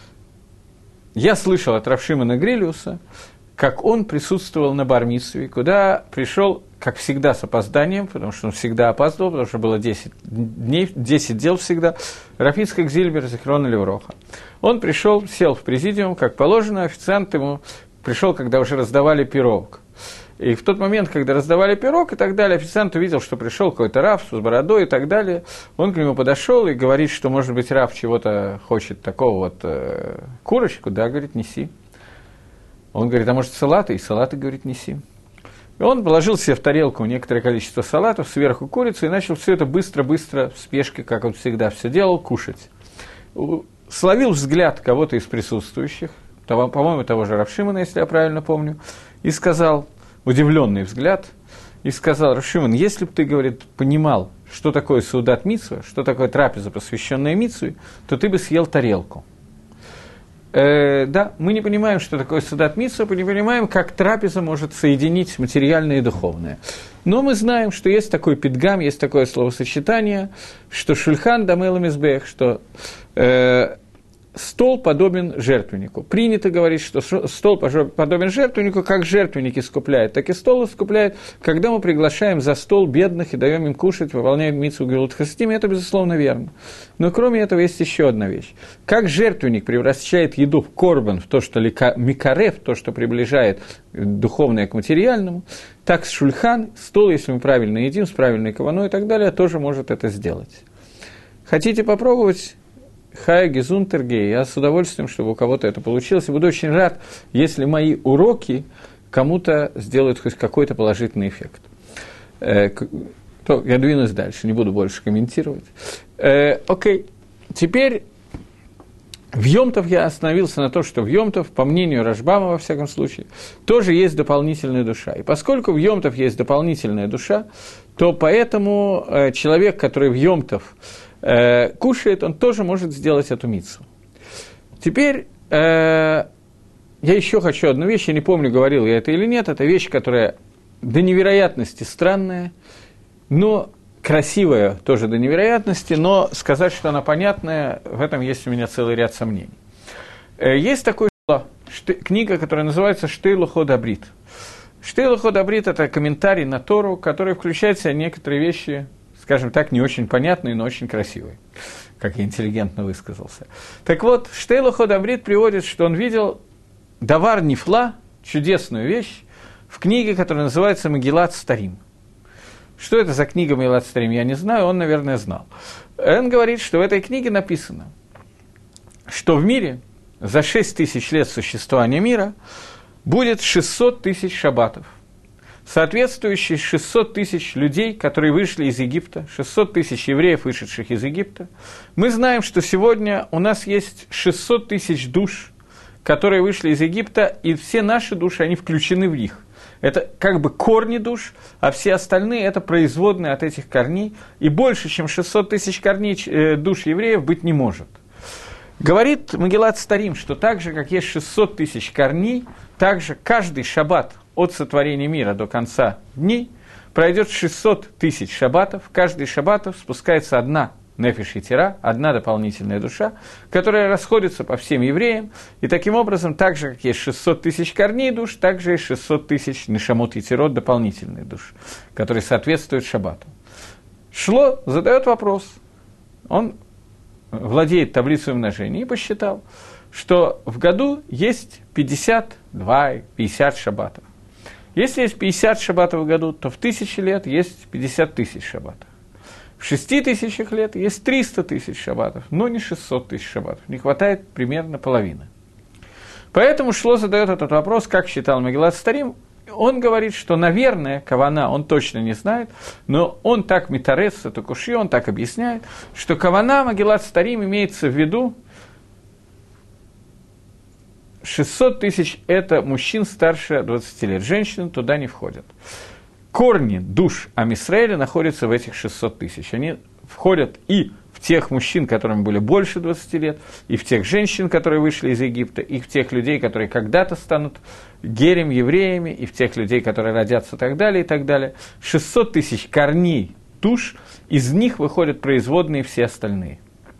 я слышал от Рав Шимона Грилиуса, как он присутствовал на бар-мицве, куда пришел, как всегда, с опозданием, потому что он всегда опаздывал, потому что было десять дней, десять дел всегда, Рав Ицхак Зильбер, Зихрона Левроха. Он пришел, сел в президиум, как положено, официант ему пришел, когда уже раздавали пирог. И в тот момент, когда раздавали пирог и так далее, официант увидел, что пришел какой-то рав с бородой и так далее. Он к нему подошел и говорит, что, может быть, рав чего-то хочет, такого вот э, курочку, да, говорит, неси. Он говорит, а может, салаты? И салаты, говорит, неси. И он положил себе в тарелку некоторое количество салатов, сверху курицу, и начал все это быстро-быстро, в спешке, как он всегда все делал, кушать. Словил взгляд кого-то из присутствующих, того, по-моему, того же Рав Шимона, если я правильно помню, и сказал, удивленный взгляд, и сказал, Рав Шимон, если бы ты, говорит, понимал, что такое саудат мицва, что такое трапеза, посвященная мицве, то ты бы съел тарелку. Э, да, мы не понимаем, что такое саудат мицва, мы не понимаем, как трапеза может соединить материальное и духовное. Но мы знаем, что есть такой пидгам, есть такое словосочетание, что шульхан дамел мизбех, что э, стол подобен жертвеннику. Принято говорить, что стол подобен жертвеннику, как жертвенник искупляет, так и стол искупляет, когда мы приглашаем за стол бедных и даем им кушать, выполняем мицву гилут хасидим, это, безусловно, верно. Но кроме этого есть еще одна вещь. Как жертвенник превращает еду в корбан, в то, что микарев, то, что приближает духовное к материальному, так шульхан, стол, если мы правильно едим, с правильной каваной и так далее, тоже может это сделать. Хотите попробовать? Хая Гезунтергей, я с удовольствием, чтобы у кого-то это получилось, и буду очень рад, если мои уроки кому-то сделают хоть какой-то положительный эффект. Э, то я двинусь дальше, не буду больше комментировать. Э, окей, теперь В Йом-Тов я остановился на том, что в Йом-Тов, по мнению Рашбама, во всяком случае, тоже есть дополнительная душа. И поскольку в Йом-Тов есть дополнительная душа, то поэтому э, человек, который в Йом-Тов э, кушает, он тоже может сделать эту мицву. Теперь э, я еще хочу одну вещь, я не помню, говорил я это или нет, это вещь, которая до невероятности странная, но красивая тоже до невероятности, но сказать, что она понятная, в этом есть у меня целый ряд сомнений. Есть такая книга, которая называется «Штей лухот абрит». «Штей лухот абрит» – это комментарий на Тору, который включает в себя некоторые вещи, скажем так, не очень понятные, но очень красивые, как я интеллигентно высказался. Так вот, «Штей лухот абрит» приводит, что он видел давар нифла, чудесную вещь, в книге, которая называется «Магилат Старим». Что это за книга Магилат Старим, я не знаю, он, наверное, знал. Он говорит, что в этой книге написано, что в мире за шесть тысяч лет существования мира будет шестьсот тысяч шаббатов, соответствующие шестьсот тысяч людей, которые вышли из Египта, шестьсот тысяч евреев, вышедших из Египта. Мы знаем, что сегодня у нас есть шестьсот тысяч душ, которые вышли из Египта, и все наши души, они включены в них. Это как бы корни душ, а все остальные – это производные от этих корней, и больше, чем шестьсот тысяч корней э, душ евреев быть не может. Говорит Магилат Старим, что так же, как есть шестьсот тысяч корней, так же каждый шаббат от сотворения мира до конца дней пройдет шестьсот тысяч шаббатов, каждый шаббатов спускается одна нефеш етира, одна дополнительная душа, которая расходится по всем евреям, и таким образом, так же, как есть шестьсот тысяч корней душ, так же есть шестьсот тысяч нешамот етирот, дополнительные души, которые соответствуют шаббату. Шло задает вопрос, он владеет таблицей умножения и посчитал, что в году есть пятьдесят два - пятьдесят шаббатов. Если есть пятьдесят шаббатов в году, то в тысячи лет есть пятьдесят тысяч шаббатов. В шести тысячах лет есть триста тысяч шаббатов, но не шестьсот тысяч шаббатов. Не хватает примерно половины. Поэтому Шло задает этот вопрос, как считал Магилат Старим. Он говорит, что, наверное, кавана он точно не знает, но он так митарец, это куши, он так объясняет, что кавана Магилат Старим имеется в виду шестьсот тысяч – это мужчин старше двадцати лет, женщин туда не входят. Корни душ Ам-Исраэля находятся в этих шестьсот тысяч. Они входят и в тех мужчин, которым были больше двадцати лет, и в тех женщин, которые вышли из Египта, и в тех людей, которые когда-то станут герем, евреями, и в тех людей, которые родятся и так далее, и так далее. шестьсот тысяч корней душ, из них выходят производные все остальные.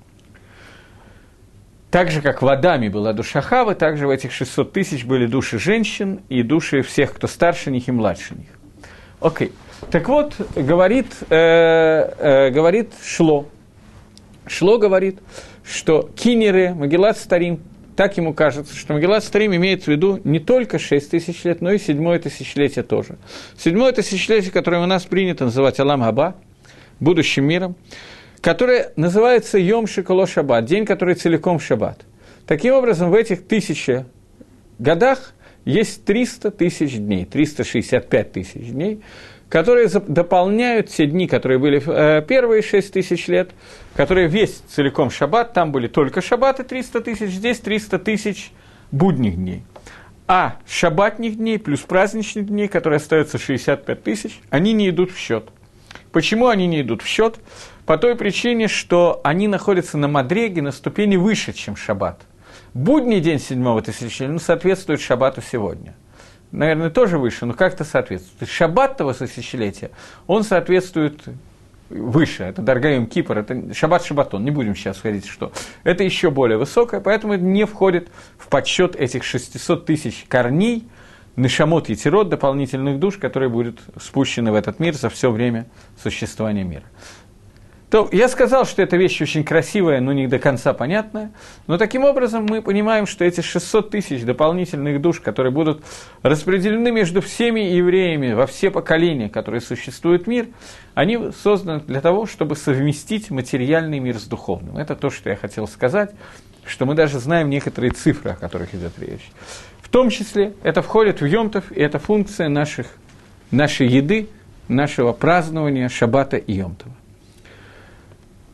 Так же, как в Адаме была душа Хавы, так же в этих шестьсот тысяч были души женщин и души всех, кто старше них и младше них. Окей. Okay. Так вот, говорит, э, э, говорит Шло. Шло говорит, что кинеры, Магилат Старим, так ему кажется, что Магилат Старим имеет в виду не только шесть тысяч лет, но и седьмое тысячелетие тоже. Седьмое тысячелетие, которое у нас принято называть Алам Хаба, будущим миром, которое называется Йом Шеколо Шаббат, день, который целиком шаббат. Таким образом, в этих тысячи годах есть триста тысяч дней, триста шестьдесят пять тысяч дней, которые дополняют те дни, которые были э, первые шесть тысяч лет, которые весь целиком шаббат, там были только шаббаты триста тысяч, здесь триста тысяч будних дней. А шаббатных дней плюс праздничных дней, которые остаются шестьдесят пять тысяч, они не идут в счет. Почему они не идут в счет? По той причине, что они находятся на мадреге, на ступени выше, чем шаббат. Будний день седьмого тысячелетия, ну, соответствует шаббату сегодня. Наверное, тоже выше, но как-то соответствует. Шаббатного тысячелетия, он соответствует выше. Это Даргаим Кипр, это шаббат Шаббатон, не будем сейчас входить, что. Это еще более высокое, поэтому это не входит в подсчет этих шестисот тысяч корней, нешамот етирот, дополнительных душ, которые будут спущены в этот мир за все время существования мира. То я сказал, что эта вещь очень красивая, но не до конца понятная, но таким образом мы понимаем, что эти шестьсот тысяч дополнительных душ, которые будут распределены между всеми евреями во все поколения, которые существуют в мир, они созданы для того, чтобы совместить материальный мир с духовным. Это то, что я хотел сказать, что мы даже знаем некоторые цифры, о которых идет речь. В том числе это входит в Йом-Тов, и это функция наших, нашей еды, нашего празднования Шаббата и Йом-Това.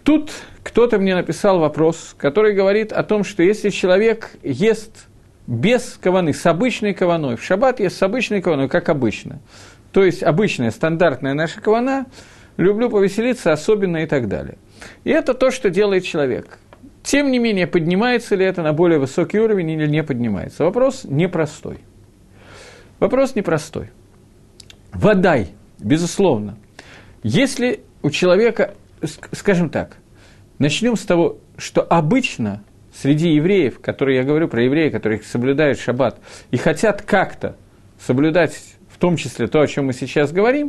Тут кто-то мне написал вопрос, который говорит о том, что если человек ест без каваны, с обычной каваной, в шаббат ест с обычной каваной, как обычно, то есть обычная, стандартная наша кавана, люблю повеселиться, особенно и так далее. И это то, что делает человек. Тем не менее, поднимается ли это на более высокий уровень или не поднимается? Вопрос непростой. Вопрос непростой. Вадай, безусловно. Если у человека, скажем так, начнем с того, что обычно среди евреев, которые, я говорю про евреев, которые соблюдают шаббат и хотят как-то соблюдать, в том числе то, о чем мы сейчас говорим,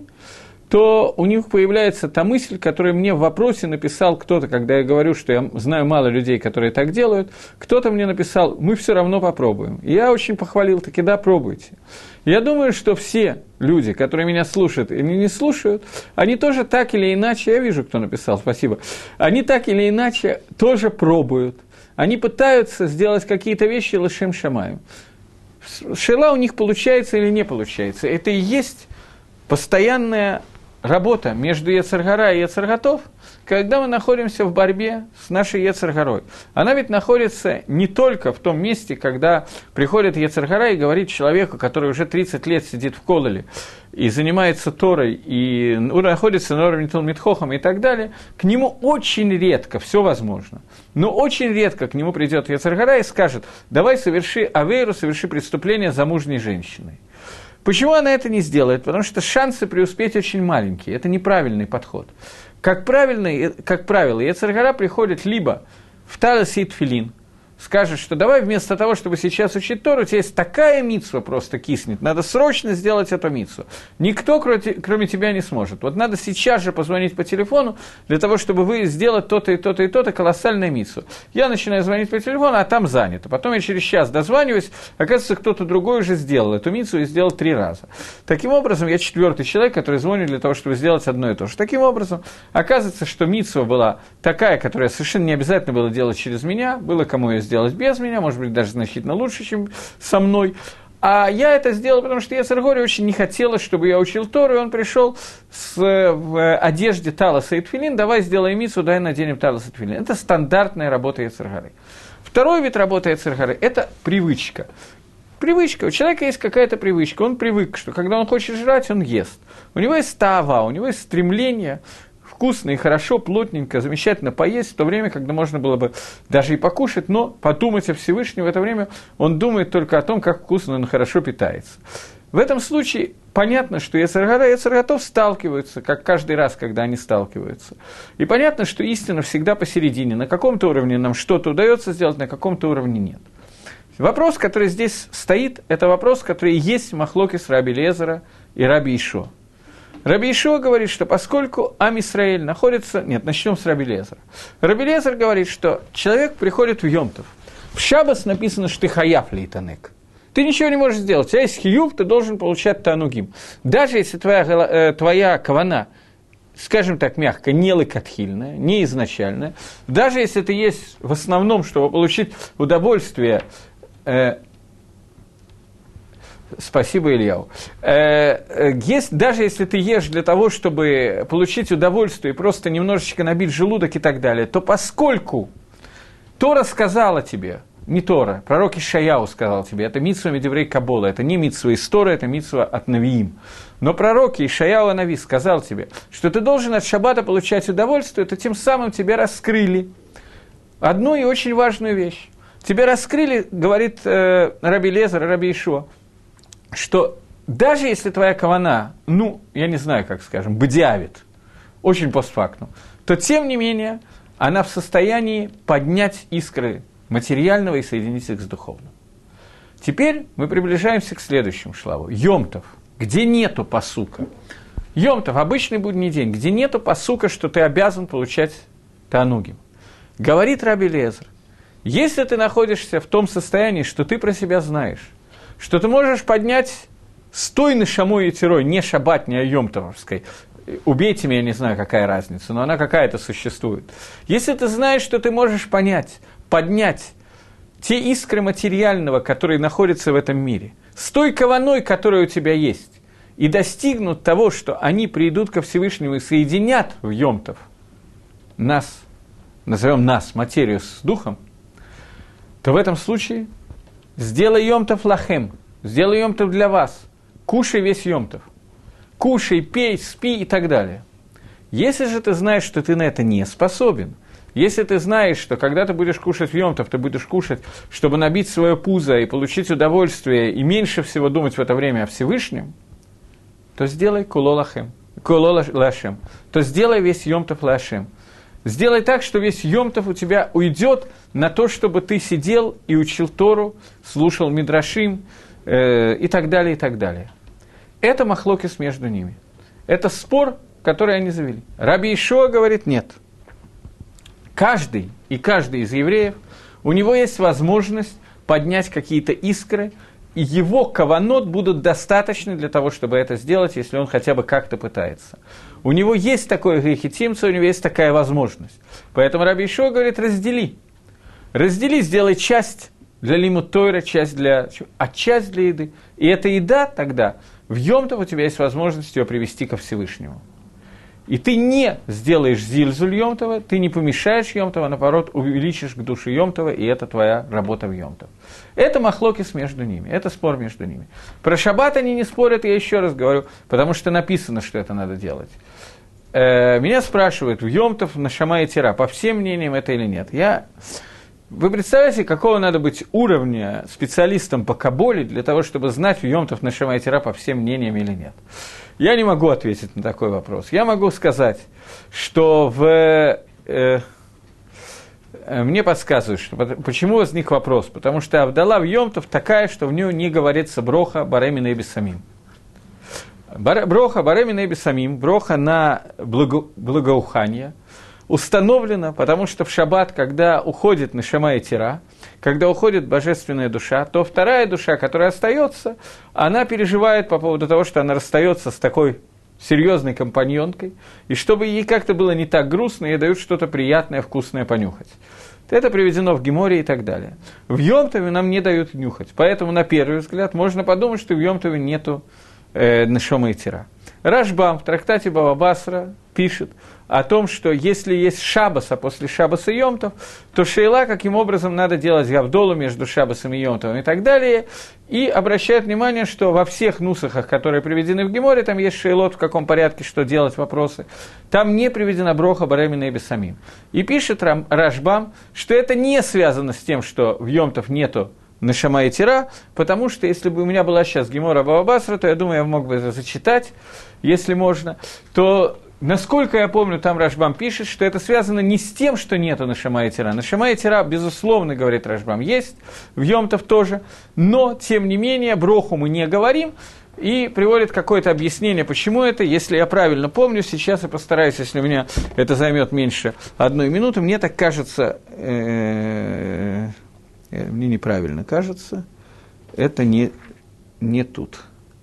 то у них появляется та мысль, которую мне в вопросе написал кто-то, когда я говорю, что я знаю мало людей, которые так делают, кто-то мне написал, мы все равно попробуем. И я очень похвалил, таки да, пробуйте. Я думаю, что все люди, которые меня слушают или не слушают, они тоже так или иначе, я вижу, кто написал, спасибо, они так или иначе тоже пробуют. Они пытаются сделать какие-то вещи лешем шамаем. Шейла у них получается или не получается. Это и есть постоянная работа между Йецер гара и Йецер готов, когда мы находимся в борьбе с нашей Йецер гарой. Она ведь находится не только в том месте, когда приходит Йецер гара и говорит человеку, который уже тридцать лет сидит в кололе и занимается Торой, и находится на уровне Талмид Хохама и так далее, к нему очень редко, все возможно, но очень редко к нему придет Йецер гара и скажет, давай соверши авейру, соверши преступление замужней женщиной. Почему она это не сделает? Потому что шансы преуспеть очень маленькие. Это неправильный подход. Как, правильный, как правило, Йецер гара приходит либо в талас и тфилин, скажет, что давай вместо того, чтобы сейчас учить Тору, у тебя есть такая мицва просто киснет, надо срочно сделать эту мицву. Никто, кроме тебя, не сможет. Вот надо сейчас же позвонить по телефону для того, чтобы вы сделать то-то и то-то и то-то, колоссальную мицву. Я начинаю звонить по телефону, а там занято. Потом я через час дозваниваюсь, оказывается, кто-то другой уже сделал эту мицву и сделал три раза. Таким образом, я четвертый человек, который звонит для того, чтобы сделать одно и то же. Таким образом, оказывается, что мицва была такая, которая совершенно не обязательно было делать через меня, было кому ее сделать без меня, может быть, даже значительно лучше, чем со мной. А я это сделал, потому что Йецер гаре очень не хотелось, чтобы я учил Тору, и он пришел с, в одежде таласа и тфилин, давай сделаем мицву, дай наденем талас и тфилин. Это стандартная работа Йецер гары. Второй вид работы Йецер гары – это привычка. Привычка. У человека есть какая-то привычка. Он привык, что когда он хочет жрать, он ест. У него есть таава, у него есть стремление вкусно и хорошо, плотненько, замечательно поесть, в то время, когда можно было бы даже и покушать, но подумать о Всевышнем, в это время он думает только о том, как вкусно он хорошо питается. В этом случае понятно, что Йецер гара и Йецер готов сталкиваются, как каждый раз, когда они сталкиваются. И понятно, что истина всегда посередине. На каком-то уровне нам что-то удается сделать, на каком-то уровне нет. Вопрос, который здесь стоит, это вопрос, который есть в махлокес Раби Элиэзера и Раби Ишуа. Раби Ишуа говорит, что поскольку Ам Исраэль находится... Нет, начнем с Раби Элиэзера. Раби Элиэзер говорит, что человек приходит в Йом Тов. В Шаббас написано, что ты хаяв лейтанек. Ты ничего не можешь сделать. У тебя есть хиюв, ты должен получать танугим. Даже если твоя, э, твоя кавана, скажем так мягко, не лыкатхильная, не изначальная, даже если ты есть в основном, чтобы получить удовольствие... Э, Спасибо, Ильяу. Есть, даже если ты ешь для того, чтобы получить удовольствие и просто немножечко набить желудок и так далее, то поскольку Тора сказала тебе, не Тора, пророк Ишаяу сказал тебе, это мицва Медеврей Кабола, это не мицва из Торы, это мицва от Навиим. Но пророк Ишаяу Нави сказал тебе, что ты должен от шаббата получать удовольствие, то тем самым тебе раскрыли одну и очень важную вещь. Тебе раскрыли, говорит э, Раби Элиэзер и Раби Ишуа, что даже если твоя кавана, ну, я не знаю, как скажем, бдиавит, очень постфактум, то, тем не менее, она в состоянии поднять искры материального и соединить их с духовным. Теперь мы приближаемся к следующему шлаву. Йом Тов, где нету пасука. Йом Тов, обычный будний день, где нету пасука, что ты обязан получать таанугим. Говорит Раби Элиэзер, если ты находишься в том состоянии, что ты про себя знаешь, что ты можешь поднять с той нешамой и тирой, не шаббатней, а йом-товской, убейте меня, не знаю, какая разница, но она какая-то существует. Если ты знаешь, что ты можешь понять, поднять те искры материального, которые находятся в этом мире, с той каваной, которая у тебя есть, и достигнут того, что они придут ко Всевышнему и соединят в йом-тов нас назовем нас, материю с духом, то в этом случае сделай йомтов лахем, сделай йомтов для вас, кушай весь йомтов, кушай, пей, спи и так далее. Если же ты знаешь, что ты на это не способен, если ты знаешь, что когда ты будешь кушать в йомтов, ты будешь кушать, чтобы набить свое пузо и получить удовольствие, и меньше всего думать в это время о Всевышнем, то сделай куло лахем, куло лашем, то сделай весь йомтов лашем. Сделай так, что весь йомтов у тебя уйдет на то, чтобы ты сидел и учил Тору, слушал мидрашим э, и так далее, и так далее. Это махлокис между ними. Это спор, который они завели. Раби Ишуа говорит, нет. Каждый и каждый из евреев, у него есть возможность поднять какие-то искры, и его каванот будут достаточны для того, чтобы это сделать, если он хотя бы как-то пытается. У него есть такое грехитимца, у него есть такая возможность. Поэтому Раби Ишуа говорит, раздели. Раздели, сделай часть для лимут Тойра, часть для... а часть для еды. И эта еда тогда, в Йом-Тов у тебя есть возможность ее привести ко Всевышнему. И ты не сделаешь зильзуль Йом-Това, ты не помешаешь Йом-Това, наоборот, увеличишь к душе Йом-Това, и это твоя работа в Йом-Тов. Это махлокис между ними, это спор между ними. Про шаббат они не спорят, я еще раз говорю, потому что написано, что это надо делать. Э, меня спрашивают, в Йом-Тов на Шама и Тира, по всем мнениям это или нет. Я... Вы представляете, какого надо быть уровня специалистом по Каболе для того, чтобы знать, в Йом-Тов на Шама и Тира по всем мнениям или нет? Я не могу ответить на такой вопрос. Я могу сказать, что в, э, мне подсказывают, что, почему возник вопрос. Потому что Авдала в Йом-Тов такая, что в нее не говорится броха баремина и бессамим. Броха баремина и бессамим, броха на благо, благоухание, установлено, потому что в шаббат, когда уходит нешама и тира, когда уходит божественная душа, то вторая душа, которая остается, она переживает по поводу того, что она расстается с такой серьезной компаньонкой, и чтобы ей как-то было не так грустно, ей дают что-то приятное, вкусное понюхать. Это приведено в Геморе и так далее. В Йом-Тове нам не дают нюхать, поэтому на первый взгляд можно подумать, что в Йом-Тове нету э, нешама и тира. Рашбам в трактате Бава Басра пишет о том, что если есть шаббас, а после шаббаса Йом-Тов, то шейла, каким образом надо делать гавдолу между шаббасом и Йом-Товом и так далее, и обращает внимание, что во всех нусахах, которые приведены в Геморе, там есть шейлот, в каком порядке, что делать, вопросы, там не приведена броха баремина и бессамим. И пишет Рашбам, что это не связано с тем, что в Йом-Тов нету нешама и тира, потому что если бы у меня была сейчас Гемора Бава Басра, то я думаю, я мог бы это зачитать, если можно, то... Насколько я помню, там Рашбам пишет, что это связано не с тем, что нету нешама и тира. Нешама и тира, безусловно, говорит Рашбам, есть, в Йом-Тов тоже, но, тем не менее, броху мы не говорим, и приводит какое-то объяснение, почему это. Если я правильно помню, сейчас я постараюсь, если у меня это займет меньше одной минуты, мне так кажется, э, мне неправильно кажется, это не, не тут.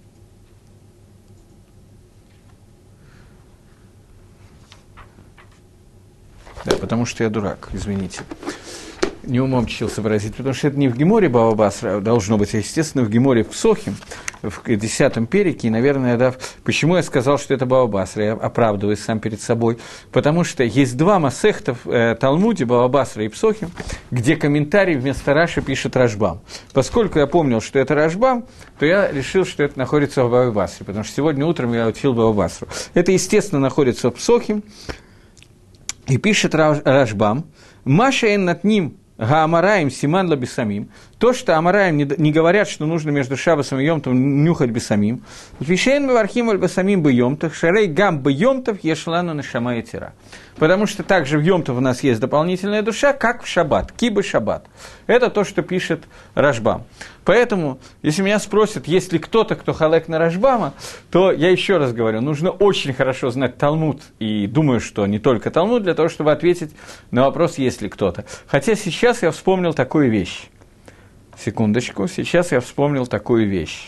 Да, потому что я дурак, извините. Не умом чил сообразить, потому что это не в Геморе Бава Басра должно быть, а, естественно, в Геморе в Псохим, в десятом перике, и, наверное, да, почему я сказал, что это Бава Басра, я оправдываюсь сам перед собой, потому что есть два масехта в э, Талмуде, Бава Басра и Псохим, где комментарий вместо Раши пишет Рашбам. Поскольку я помнил, что это Рашбам, то я решил, что это находится в Баве Басре, потому что сегодня утром я учил Бава Басру. Это, естественно, находится в Псохим. И пишет Рашбам, «Маша эн над ним гаамараем симан ла бесамим», то, что амараем не, не говорят, что нужно между шаббасом и йомтом нюхать бесамим, «Вишен мевархим аль бесамим бы йомтов, шарей гам бы йомтов, ешлану нешама и тира». Потому что также в йомтов у нас есть дополнительная душа, как в шаббат, кибы шаббат. Это то, что пишет Рашбам. Поэтому, если меня спросят, есть ли кто-то, кто халек на Рашбама, то я еще раз говорю, нужно очень хорошо знать Талмуд, и думаю, что не только Талмуд, для того, чтобы ответить на вопрос, есть ли кто-то. Хотя сейчас я вспомнил такую вещь. Секундочку, сейчас я вспомнил такую вещь.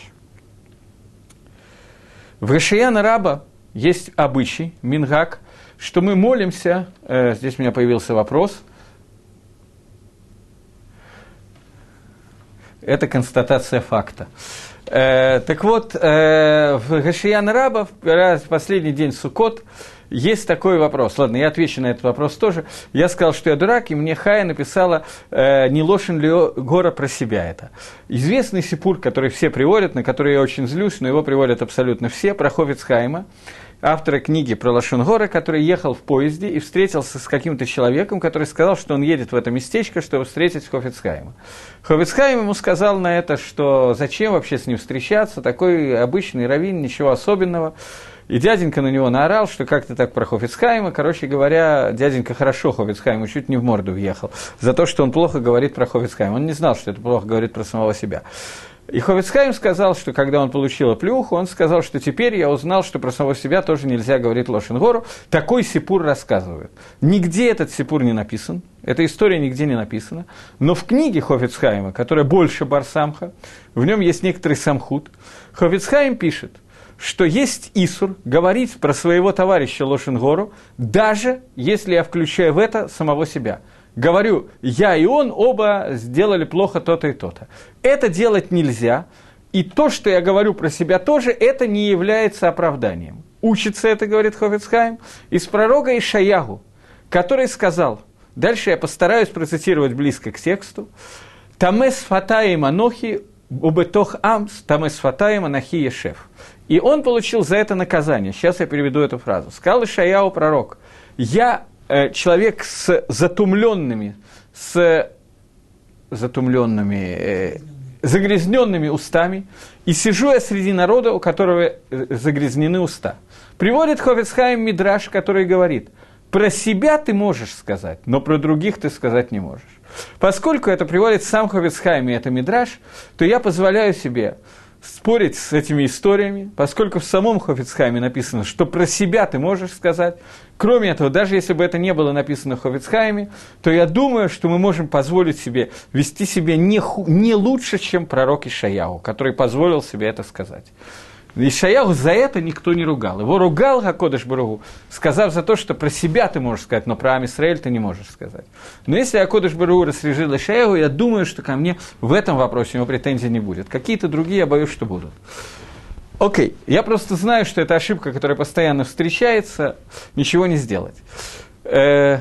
В Рашияна Раба есть обычай, мингак, что мы молимся, э, здесь у меня появился вопрос, это констатация факта. Э, так вот, э, в Гашиян Раба, в последний день Суккот, есть такой вопрос. Ладно, я отвечу на этот вопрос тоже. Я сказал, что я дурак, и мне Хая написала э, «Не лошен ли гора» про себя это. Известный сипур, который все приводят, на который я очень злюсь, но его приводят абсолютно все, про Хофец Хаима, автора книги про лошен гора, который ехал в поезде и встретился с каким-то человеком, который сказал, что он едет в это местечко, чтобы встретить Хофец Хаима. Хофец Хаим ему сказал на это, что зачем вообще с ним встречаться, такой обычный раввин, ничего особенного. И дяденька на него наорал, что как-то так про Хофец Хаима. Короче говоря, дяденька хорошо Хофец Хаиму чуть не в морду въехал за то, что он плохо говорит про Хофец Хаима. Он не знал, что это плохо говорит про самого себя. И Хофец Хаим сказал, что когда он получил оплеуху, он сказал, что теперь я узнал, что про самого себя тоже нельзя говорить лошен гору. Такой сипур рассказывает. Нигде этот сипур не написан, эта история нигде не написана, но в книге Хофец Хаима, которая больше Бар Самха, в нем есть некоторый самхут. Хофец Хаим пишет, что есть исур говорить про своего товарища лошен гору, даже если я включаю в это самого себя. Говорю, я и он оба сделали плохо то-то и то-то. Это делать нельзя, и то, что я говорю про себя тоже, это не является оправданием. Учится это, говорит Хофец Хаим, из пророка Ишаягу, который сказал, дальше я постараюсь процитировать близко к тексту, «Тамес фатаим анохи убетох амс, тамес фатаим анахи ешев». И он получил за это наказание. Сейчас я переведу эту фразу. Сказал Ишаяу пророк, «Я человек с затумленными, с затумленными, э, загрязненными устами, и сижу я среди народа, у которого загрязнены уста». Приводит Хофец Хаим мидраш, который говорит, про себя ты можешь сказать, но про других ты сказать не можешь. Поскольку это приводит сам Хофец Хаим, и это мидраш, то я позволяю себе спорить с этими историями, поскольку в самом Хофец Хаиме написано, что про себя ты можешь сказать. Кроме этого, даже если бы это не было написано в Хофец Хаиме, то я думаю, что мы можем позволить себе вести себя не, ху- не лучше, чем пророк Ишаяу, который позволил себе это сказать. Ишаяу за это никто не ругал. Его ругал Акодеш Барух Ху, сказав за то, что про себя ты можешь сказать, но про Ам Исраэль ты не можешь сказать. Но если Акодеш Барух Ху расслежил Ишаяу, я думаю, что ко мне в этом вопросе у него претензий не будет. Какие-то другие, я боюсь, что будут. Окей, я просто знаю, что это ошибка, которая постоянно встречается, ничего не сделать. Э,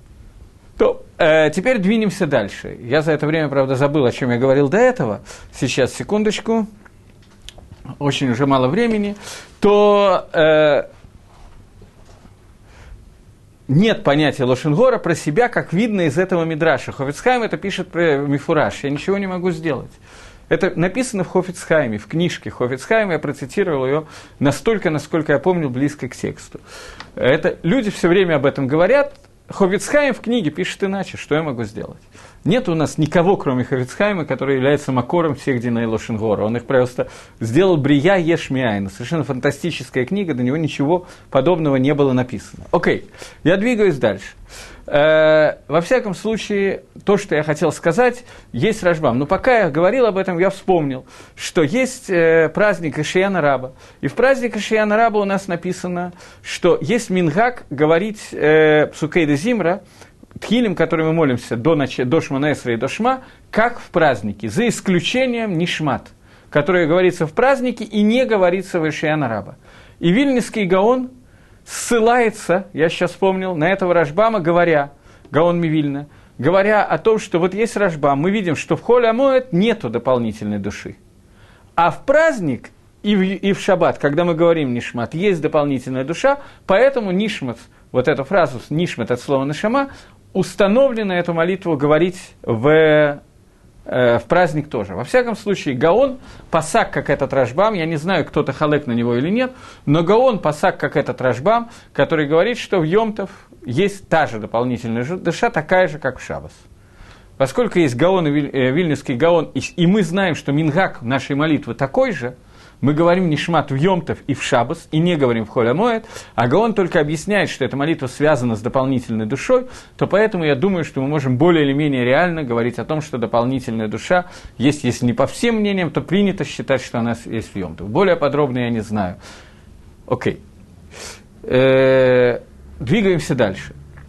то, э, теперь двинемся дальше. Я за это время, правда, забыл, о чем я говорил до этого. Сейчас, секундочку. Очень уже мало времени, то э, нет понятия лошен гора про себя, как видно из этого мидраша. Хофец Хаим это пишет про мифураж, я ничего не могу сделать. Это написано в Хофец Хаиме, в книжке Хофец Хаима, я процитировал ее настолько, насколько я помню, близко к тексту. Это, люди все время об этом говорят, Хофец Хаим в книге пишет иначе, что я могу сделать? Нет у нас никого, кроме Хофец Хаима, который является макором всех диней лошен гора. Он их просто сделал брия еш миайна. Совершенно фантастическая книга, до него ничего подобного не было написано. Окей, я двигаюсь дальше. Э, во всяком случае, то, что я хотел сказать, есть Рашбам. Но пока я говорил об этом, я вспомнил, что есть э, праздник Ишаяна Раба. И в праздник Ишаяна Раба у нас написано, что есть мингак говорить э, Псукей де Зимра, тхилим, который мы молимся до, нач... до Шмона Эсра и до Шма, как в празднике, за исключением Нишмат, который говорится в празднике и не говорится в Ишаяна Раба. И Вильнюсский Гаон ссылается, я сейчас вспомнил, на этого Рашбама, говоря, Гаон Мивильна, говоря о том, что вот есть Рашбам, мы видим, что в Холь Амоэд нету дополнительной души. А в праздник и в, и в шаббат, когда мы говорим Нишмат, есть дополнительная душа, поэтому Нишмат, вот эту фразу Нишмат от слова Нешама, установлено эту молитву говорить в, э, в праздник тоже. Во всяком случае, Гаон пасак, как этот Рашбам, я не знаю, кто-то халек на него или нет, но Гаон пасак, как этот Рашбам, который говорит, что в Йом-Тов есть та же дополнительная душа, такая же, как в Шаббас. Поскольку есть Гаон и Вильнюсский Гаон, и, и мы знаем, что мингак нашей молитвы такой же, мы говорим Нишмат в Йом-Тов и в Шаббас, и не говорим в Холь Амоэд, а Гаон только объясняет, что эта молитва связана с дополнительной душой, то поэтому я думаю, что мы можем более или менее реально говорить о том, что дополнительная душа есть, если не по всем мнениям, то принято считать, что она есть в Йом-Тов. Более подробно я не знаю. Окей. Э-э- двигаемся дальше.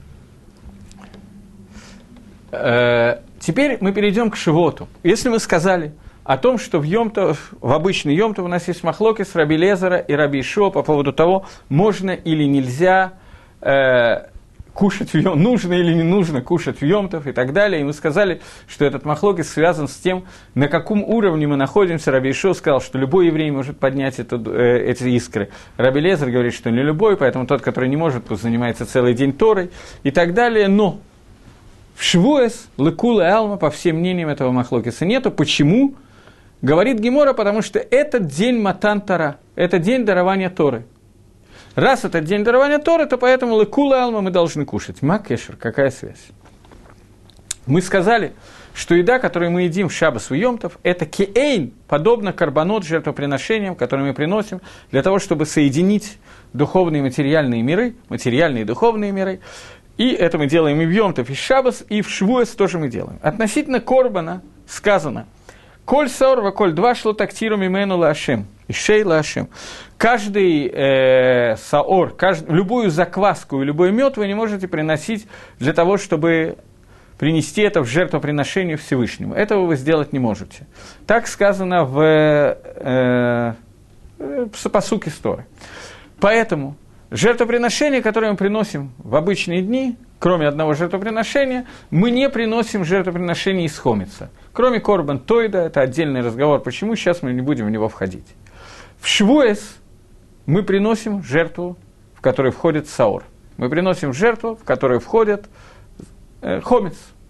Э-э- теперь мы перейдем к Шивоту. Если мы сказали о том, что в Йом-Тов, в обычный Йом-Тов у нас есть махлокис Раби Лезера и Раби Ишуа по поводу того, можно или нельзя э, кушать в Йом, нужно или не нужно кушать в Йом-Тов и так далее. И мы сказали, что этот махлокис связан с тем, на каком уровне мы находимся. Раби Ишуа сказал, что любой еврей может поднять эту, э, эти искры. Раби Лезер говорит, что не любой, поэтому тот, который не может, пусть занимается целый день Торой и так далее. Но в Швуэс, Лекула и Алма, по всем мнениям, этого махлокиса нету. Почему? Говорит Гемора, потому что этот день Матан Тора, это день дарования Торы. Раз это день дарования Торы, то поэтому Лекула и Алма мы должны кушать. Макешер, какая связь? Мы сказали, что еда, которую мы едим в Шаббас в Йом-Тов, это кеэйн, подобно карбонот, жертвоприношениям, которые мы приносим для того, чтобы соединить духовные и материальные миры, материальные и духовные миры. И это мы делаем и в Йом-Тов, и в Шаббас, и в Швуэс тоже мы делаем. Относительно корбана сказано: «Коль саор ва коль два шло тактиру мимену лаашем». Ишей лаашем. Каждый э, саор, кажд... любую закваску и любой мед вы не можете приносить для того, чтобы принести это в жертвоприношение Всевышнему. Этого вы сделать не можете. Так сказано в э, э, пасуке Торы. Поэтому жертвоприношение, которое мы приносим в обычные дни, кроме одного жертвоприношения, мы не приносим жертвоприношение из хомица. Кроме корбан тойда, это отдельный разговор, почему, сейчас мы не будем в него входить. В Швуэс мы приносим жертву, в которую входит саор. Мы приносим жертву, в которую входит э, хомец.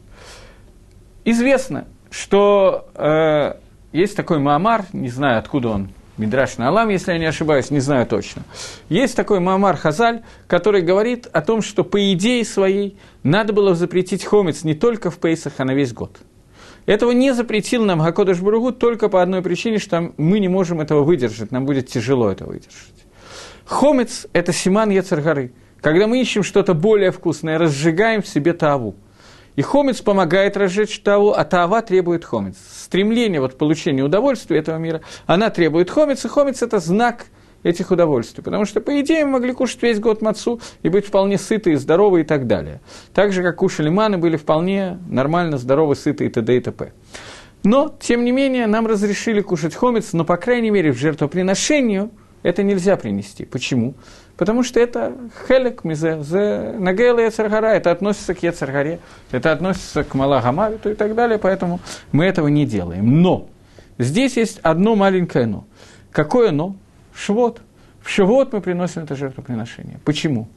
Известно, что э, есть такой маамар, не знаю, откуда он, Мидраш Наалам, если я не ошибаюсь, не знаю точно. Есть такой маамар Хазаль, который говорит о том, что по идее своей надо было запретить хомец не только в Пейсах, а на весь год. Этого не запретил нам Акодеш Барух Ху только по одной причине, что мы не можем этого выдержать, нам будет тяжело это выдержать. Хомец – это симан Йецер гары. Когда мы ищем что-то более вкусное, разжигаем в себе тааву. И хомец помогает разжечь тааву, а таава требует хомец. Стремление вот, к получению удовольствия этого мира, она требует хомец, и хомец – это знак этих удовольствий. Потому что, по идее, мы могли кушать весь год мацу и быть вполне сыты, и здоровы и так далее. Так же, как кушали маны, были вполне нормально здоровы, сыты и т.д. и т.п. Но, тем не менее, нам разрешили кушать хомец, но, по крайней мере, в жертвоприношению это нельзя принести. Почему? Потому что это хелек мизе, нагейла Йецер гара, это относится к Йецер гаре, это относится к Малагамавиту и так далее, поэтому мы этого не делаем. Но здесь есть одно маленькое но. Какое но? Швот. В Швот мы приносим это жертвоприношение. Почему?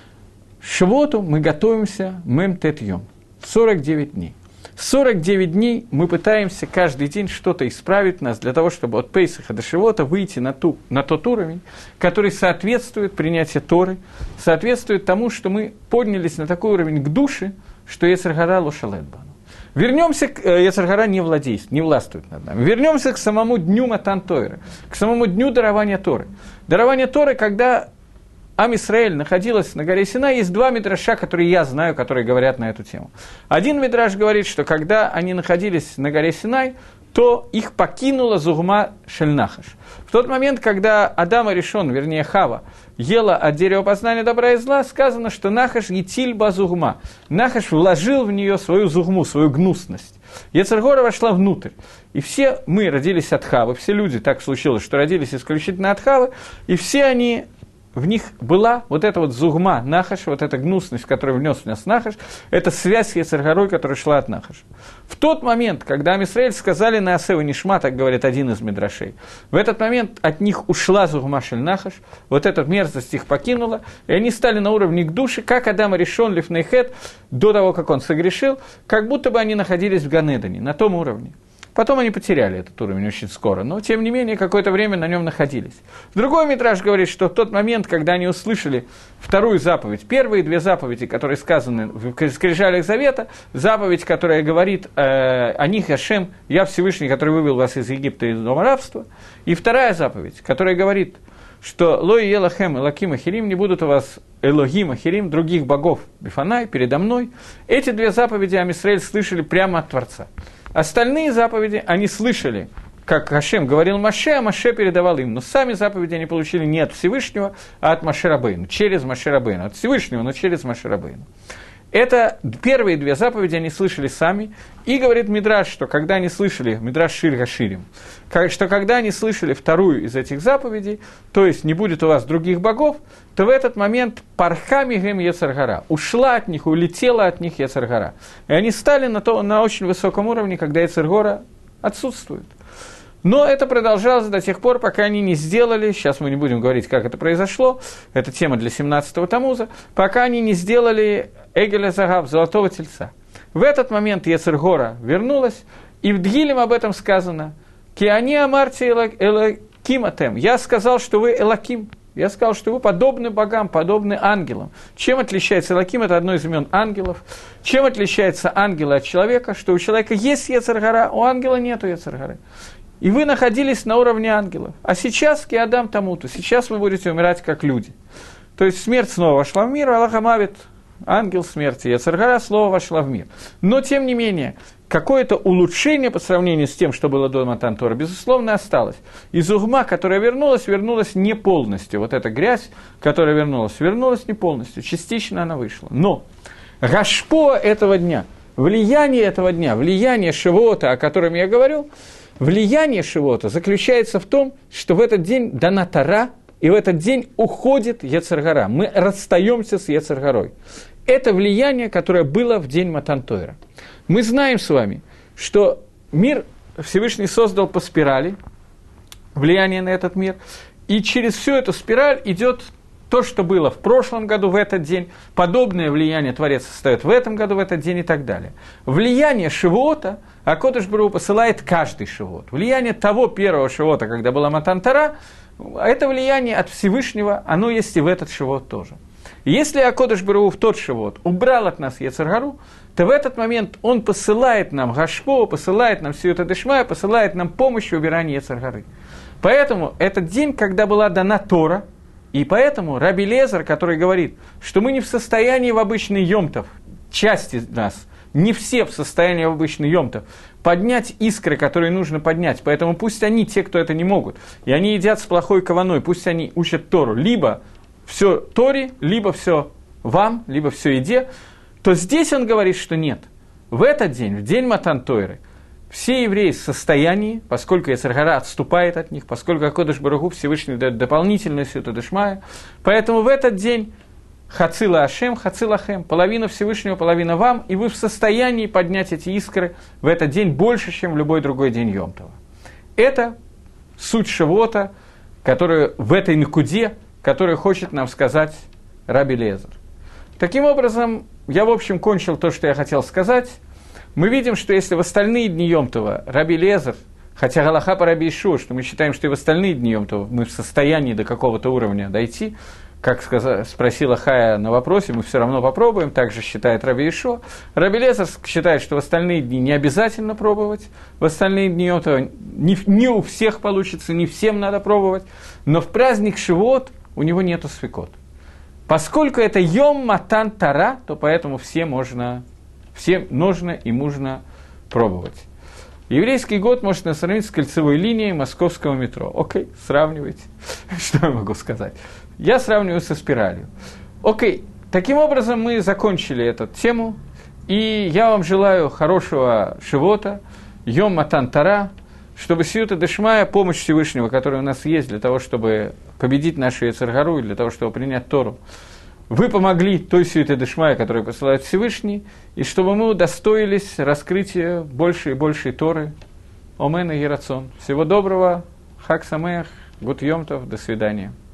В Швоту мы готовимся мем тет йом, сорок девять дней. сорок девять дней мы пытаемся каждый день что-то исправить нас для того, чтобы от Пейсаха до Шивота выйти на, ту, на тот уровень, который соответствует принятию Торы, соответствует тому, что мы поднялись на такой уровень к душе, что Йецер гара ло шалет бану. Вернемся к Йецер гара не владеет, не властвует над нами. Вернемся к самому дню Матан Тойры, к самому дню дарования Торы. Дарование Торы, когда Ам Исраэль находилась на горе Синай, есть два мидраша, которые я знаю, которые говорят на эту тему. Один мидраш говорит, что когда они находились на горе Синай, то их покинула зугма шельнахаш. В тот момент, когда Адам Аришон, вернее Хава, ела от дерева познания добра и зла, сказано, что Нахаш етиль ба зугма. Нахаш вложил в нее свою зугму, свою гнусность. Йецер гара вошла внутрь. И все мы родились от Хавы, все люди, так случилось, что родились исключительно от Хавы, и все они... В них была вот эта вот зугма Нахаш, вот эта гнусность, которую внес в нас Нахаш, это связь с Йецер гарой, которая шла от Нахаша. В тот момент, когда Ам Исраэль сказали на Асева Нишма, так говорит один из мидрашей, в этот момент от них ушла зугма шель Нахаш, вот эта мерзость их покинула, и они стали на уровне к душе, как Адам Аришон лифней хет, до того, как он согрешил, как будто бы они находились в Ганедане, на том уровне. Потом они потеряли этот уровень очень скоро, но, тем не менее, какое-то время на нем находились. Другой мидраш говорит, что в тот момент, когда они услышали вторую заповедь, первые две заповеди, которые сказаны в скрижалях Завета, заповедь, которая говорит э, о них, Ашем, я Всевышний, который вывел вас из Египта, из дома рабства, и вторая заповедь, которая говорит, что «Лой елахем элоким ахирим», не будут у вас элогим ахирим, других богов, бифанай, передо мной. Эти две заповеди Ам Исраэль слышали прямо от Творца. Остальные заповеди они слышали, как Хашем говорил Моше, а Моше передавал им. Но сами заповеди они получили не от Всевышнего, а от Моше Рабейну, через Моше Рабейну. От Всевышнего, но через Моше Рабейну. Это первые две заповеди они слышали сами, и говорит Мидраш, что когда они слышали, Мидраш Шир Гаширим, что когда они слышали вторую из этих заповедей, то есть не будет у вас других богов, то в этот момент пархами гем Йецер Гара, ушла от них, улетела от них Йецер Гара. И они стали на, то, на очень высоком уровне, когда Йецер Гара отсутствует. Но это продолжалось до тех пор, пока они не сделали, сейчас мы не будем говорить, как это произошло, это тема для семнадцатого Тамуза, пока они не сделали Эгеля Загав, золотого тельца. В этот момент Йецер Гара вернулась, и в Дгилем об этом сказано: «Киани амарти элаким атем». Я сказал, что вы элаким. Я сказал, что вы подобны богам, подобны ангелам. Чем отличается элаким? Это одно из имен ангелов. Чем отличается ангелы от человека? Что у человека есть Йецер Гара, у ангела нету Йецер Гары. И вы находились на уровне ангелов. А сейчас киадам тамуту, сейчас вы будете умирать как люди. То есть смерть снова вошла в мир, Аллах амавит, ангел смерти, Йецер Гара снова вошла в мир. Но, тем не менее, какое-то улучшение по сравнению с тем, что было до Матан Тора, безусловно, осталось. И зугма, которая вернулась, вернулась не полностью. Вот эта грязь, которая вернулась, вернулась не полностью, частично она вышла. Но гашпо этого дня, влияние этого дня, влияние Шивота, о котором я говорю, влияние Шивота заключается в том, что в этот день дана Тора, и в этот день уходит Йецер Гара. Мы расстаемся с Йецер Гарой. Это влияние, которое было в день Матан Тора. Мы знаем с вами, что мир Всевышний создал по спирали, влияние на этот мир, и через всю эту спираль идет то, что было в прошлом году в этот день, подобное влияние Творец создает в этом году в этот день и так далее. Влияние Шивота, а Кодеш Барух посылает каждый Шивот. Влияние того первого Шивота, когда была Матан Тора, это влияние от Всевышнего, оно есть и в этот Шивот тоже. Если Акодеш Барух в тот Шивот убрал от нас Йецер Гару, то в этот момент он посылает нам Гашпо, посылает нам Сиюта Дешмая, посылает нам помощь в убирании Йецер Гары. Поэтому этот день, когда была дана Тора, и поэтому Раби Лезер, который говорит, что мы не в состоянии в обычный Йом-Тов, части нас, не все в состоянии в обычный Йом-Тов, поднять искры, которые нужно поднять. Поэтому пусть они, те, кто это не могут, и они едят с плохой каваной, пусть они учат Тору, либо все Торе, либо все вам, либо все еде, то здесь он говорит, что нет. В этот день, в день Матан Тойры, все евреи в состоянии, поскольку Йецер Гара отступает от них, поскольку Акодеш Барух Ху Всевышний дает дополнительную Сиюта Дешмая, поэтому в этот день Хацила Ашем, Хацила Хем, половина Всевышнего, половина вам, и вы в состоянии поднять эти искры в этот день больше, чем в любой другой день Йом-Това. Это суть Шивота, которую в этой Накуде, которую хочет нам сказать Раби Лезер. Таким образом, я, в общем, кончил то, что я хотел сказать. Мы видим, что если в остальные дни Йом-Това Раби Лезер, хотя галаха по Раби Ишуа, что мы считаем, что и в остальные дни Йом-Това мы в состоянии до какого-то уровня дойти, как сказала, спросила Хая на вопросе, мы все равно попробуем, также считает Раби Ишуа. Раби Лезер считает, что в остальные дни не обязательно пробовать, в остальные дни Йом-Това не, не у всех получится, не всем надо пробовать, но в праздник Шивот у него нету свекот. Поскольку это Йом Матан Тора, то поэтому все можно, всем нужно и можно пробовать. Еврейский год можно сравнить с кольцевой линией московского метро. Окей, сравнивайте. Что я могу сказать? Я сравниваю со спиралью. Окей, таким образом мы закончили эту тему. И я вам желаю хорошего Шивота, Йом Матан Тора, чтобы Сиюта Дешмая, помощь Всевышнего, которая у нас есть для того, чтобы победить нашу Йецер Гару, и для того, чтобы принять Тору, вы помогли той Сиюте Дешмая, которую посылает Всевышний, и чтобы мы удостоились раскрытия большей и большей Торы. Омен и Ерацон. Всего доброго, Хаг Самеах, Гут Йом Тов, до свидания.